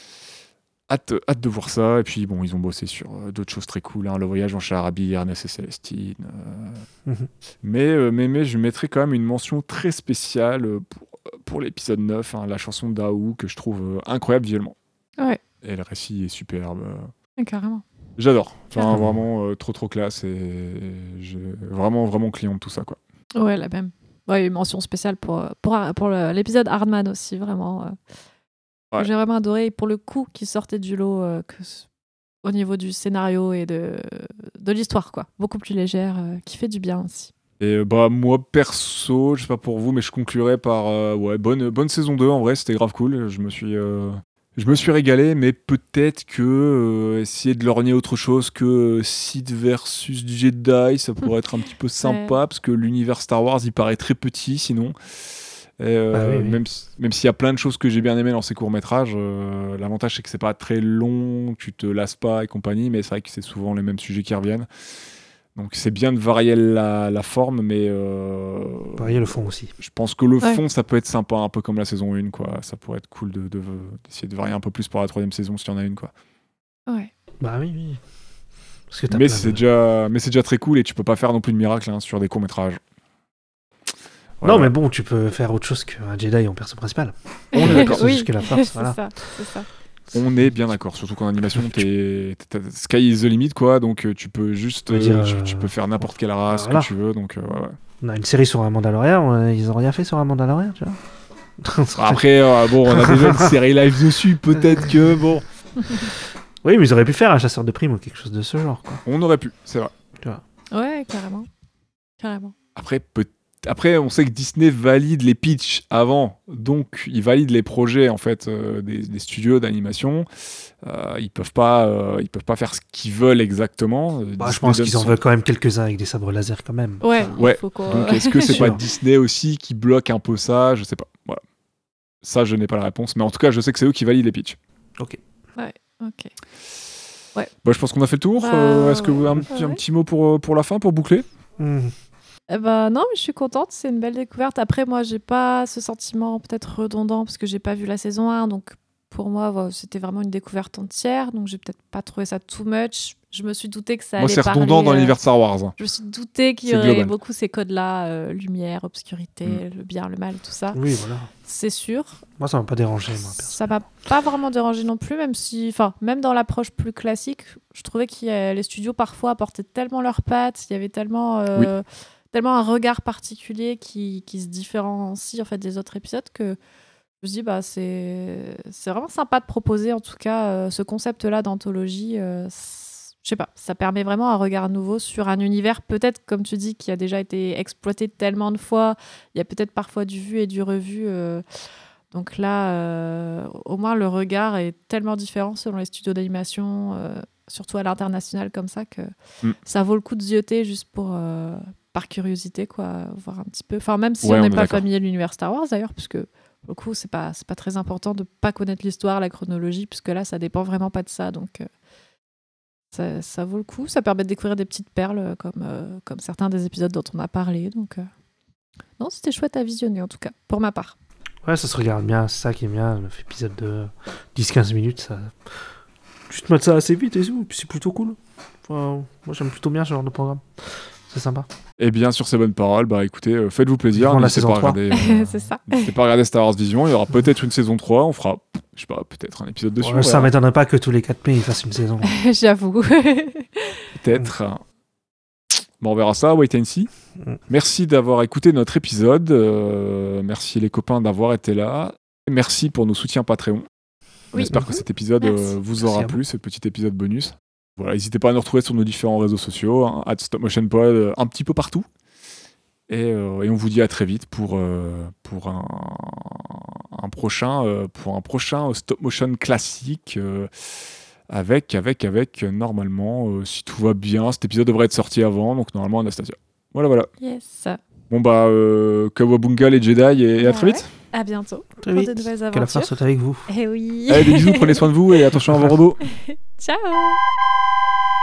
Hâte, hâte de voir ça. Et puis, bon, ils ont bossé sur euh, d'autres choses très cool. Hein. Le voyage en Charabie, Ernest et Célestine. Euh... Mm-hmm. Mais, euh, mais, mais je mettrai quand même une mention très spéciale pour, pour l'épisode neuf, hein, la chanson d'Aou, que je trouve euh, incroyable visuellement. Ouais. Et le récit est superbe. Ouais, carrément. J'adore. Enfin, carrément. Vraiment euh, trop, trop classe. Et j'ai vraiment, vraiment client de tout ça, quoi. Ouais, la même. Ouais, une mention spéciale pour, pour, pour le, l'épisode Hardman aussi, vraiment. Euh... Ouais. J'ai vraiment adoré, pour le coup, qui sortait du lot euh, que, au niveau du scénario et de, de l'histoire, quoi. Beaucoup plus légère, euh, qui fait du bien aussi. Et bah moi, perso, je sais pas pour vous, mais je conclurai par euh, ouais, bonne, bonne saison deux, en vrai, c'était grave cool. Je me suis, euh, je me suis régalé, mais peut-être que euh, essayer de lorgner autre chose que Sith versus Jedi, ça pourrait être un petit peu sympa, ouais. Parce que l'univers Star Wars, il paraît très petit, sinon... Et euh, bah oui, oui. Même, même s'il y a plein de choses que j'ai bien aimées dans ces courts-métrages, euh, l'avantage c'est que c'est pas très long, tu te lasses pas et compagnie, mais c'est vrai que c'est souvent les mêmes sujets qui reviennent. Donc c'est bien de varier la, la forme, mais... Euh, varier le fond aussi. Je pense que le ouais. fond, ça peut être sympa, un peu comme la saison un, quoi. Ça pourrait être cool de, de, d'essayer de varier un peu plus pour la troisième saison, s'il y en a une, quoi. Ouais. Bah oui, oui. Parce que t'as mais, plein c'est de... déjà, mais c'est déjà très cool, et tu peux pas faire non plus de miracle hein, sur des courts-métrages. Ouais, non, ouais. Mais bon, tu peux faire autre chose qu'un Jedi en perso principal. On est d'accord. Oui, jusqu'à la force, c'est, voilà. ça, c'est ça. On est bien d'accord, surtout qu'en animation, t'es, t'es, t'es, sky is the limit, quoi. Donc tu peux juste, euh, dire, tu, tu peux faire n'importe quelle race voilà. que tu veux. Donc euh, ouais, ouais. On a une série sur un Mandalorian, ils ont rien fait sur un Mandalorian, tu vois. Après, euh, bon, on a déjà une série live dessus, peut-être que bon. Oui, mais ils auraient pu faire un chasseur de primes ou quelque chose de ce genre, quoi. On aurait pu, c'est vrai. Tu vois. Ouais, carrément, carrément. Après, peut-être. Après, on sait que Disney valide les pitchs avant, donc ils valident les projets en fait euh, des, des studios d'animation. Euh, ils peuvent pas, euh, ils peuvent pas faire ce qu'ils veulent exactement. Bah, je pense qu'ils en son... veulent quand même quelques-uns avec des sabres laser quand même. Ouais. Enfin, ouais. Faut qu'on... Donc est-ce que c'est pas Disney aussi qui bloque un peu ça ? Je sais pas. Voilà. Ça, je n'ai pas la réponse, mais en tout cas, je sais que c'est eux qui valident les pitchs. Ok. Ouais. Ok. Ouais. Bah, je pense qu'on a fait le tour. Bah, euh, est-ce que vous avez un, ouais. un petit mot pour pour la fin, pour boucler ? mmh. Eh ben, non, mais je suis contente, c'est une belle découverte. Après, moi, j'ai pas ce sentiment peut-être redondant parce que j'ai pas vu la saison un, donc pour moi, voilà, c'était vraiment une découverte entière, donc j'ai peut-être pas trouvé ça too much. Je me suis douté que ça Moi, allait c'est parler... redondant dans euh, l'univers de Star Wars. Je me suis douté qu'il y C'est aurait global. beaucoup ces codes-là, euh, lumière, obscurité, Mm. le bien, le mal, tout ça. Oui, voilà. C'est sûr. Moi, ça m'a pas dérangé, moi, perso. Ça m'a pas vraiment dérangé non plus, même si, enfin, même dans l'approche plus classique, je trouvais que les studios parfois apportaient tellement leurs pattes, il y avait tellement, euh, tellement un regard particulier qui, qui se différencie en fait des autres épisodes que je me dis bah c'est c'est vraiment sympa de proposer en tout cas euh, ce concept-là d'anthologie. Euh, c'est- je sais pas, ça permet vraiment un regard nouveau sur un univers peut-être comme tu dis qui a déjà été exploité tellement de fois. Il y a peut-être parfois du vu et du revu. euh, Donc là, euh, au moins, le regard est tellement différent selon les studios d'animation, euh, surtout à l'international comme ça, que Mm. ça vaut le coup de zioter juste pour, euh, par curiosité, quoi, voir un petit peu. Enfin, même si Ouais, on on n'est est pas d'accord. familier de l'univers Star Wars, d'ailleurs, puisque pour le coup, c'est pas, c'est pas très important de pas connaître l'histoire, la chronologie, puisque là, ça dépend vraiment pas de ça. Donc, euh, ça, ça vaut le coup. Ça permet de découvrir des petites perles, euh, comme, euh, comme certains des épisodes dont on a parlé. Donc, euh, non, c'était chouette à visionner, en tout cas, pour ma part. Ouais, ça se regarde bien, c'est ça qui est bien, le épisode de dix quinze minutes, ça... Tu te mates ça assez vite et tout, et puis c'est plutôt cool. Enfin, moi j'aime plutôt bien ce genre de programme. C'est sympa. Et bien, sur ces bonnes paroles, bah écoutez, euh, faites-vous plaisir. Vivement la N'hésitez saison pas à trois. regarder, euh, C'est ça. n'hésitez pas à regarder Star Wars Vision. Il y aura peut-être une saison trois. On fera, je sais pas, peut-être un épisode dessus. Ouais, on ça verra. m'étonnerait pas que tous les quatre mai ils fassent une saison. J'avoue. Peut-être. Bon, on verra ça, wait and see. Mm. Merci d'avoir écouté notre épisode. Euh, merci les copains d'avoir été là. Merci pour nos soutiens Patreon. Oui. J'espère que cet épisode Merci. euh, vous Merci aura à vous. plu, ce petit épisode bonus. Voilà, n'hésitez pas à nous retrouver sur nos différents réseaux sociaux, hein, at StopMotionPod, euh, un petit peu partout. Et, euh, et on vous dit à très vite pour, euh, pour un, un prochain, euh, pour un prochain stop motion classique. euh, Avec, avec, avec, euh, normalement, euh, si tout va bien, cet épisode devrait être sorti avant, donc normalement Anastasia. Voilà, voilà. Yes. Bon bah, euh, Kawabunga les Jedi et, et à très Ouais. vite. À bientôt. Très Pour vite. de nouvelles Que la aventures. force soit avec vous. Eh oui. Allez, des bisous, prenez soin de vous et attention à vos robots. Ciao.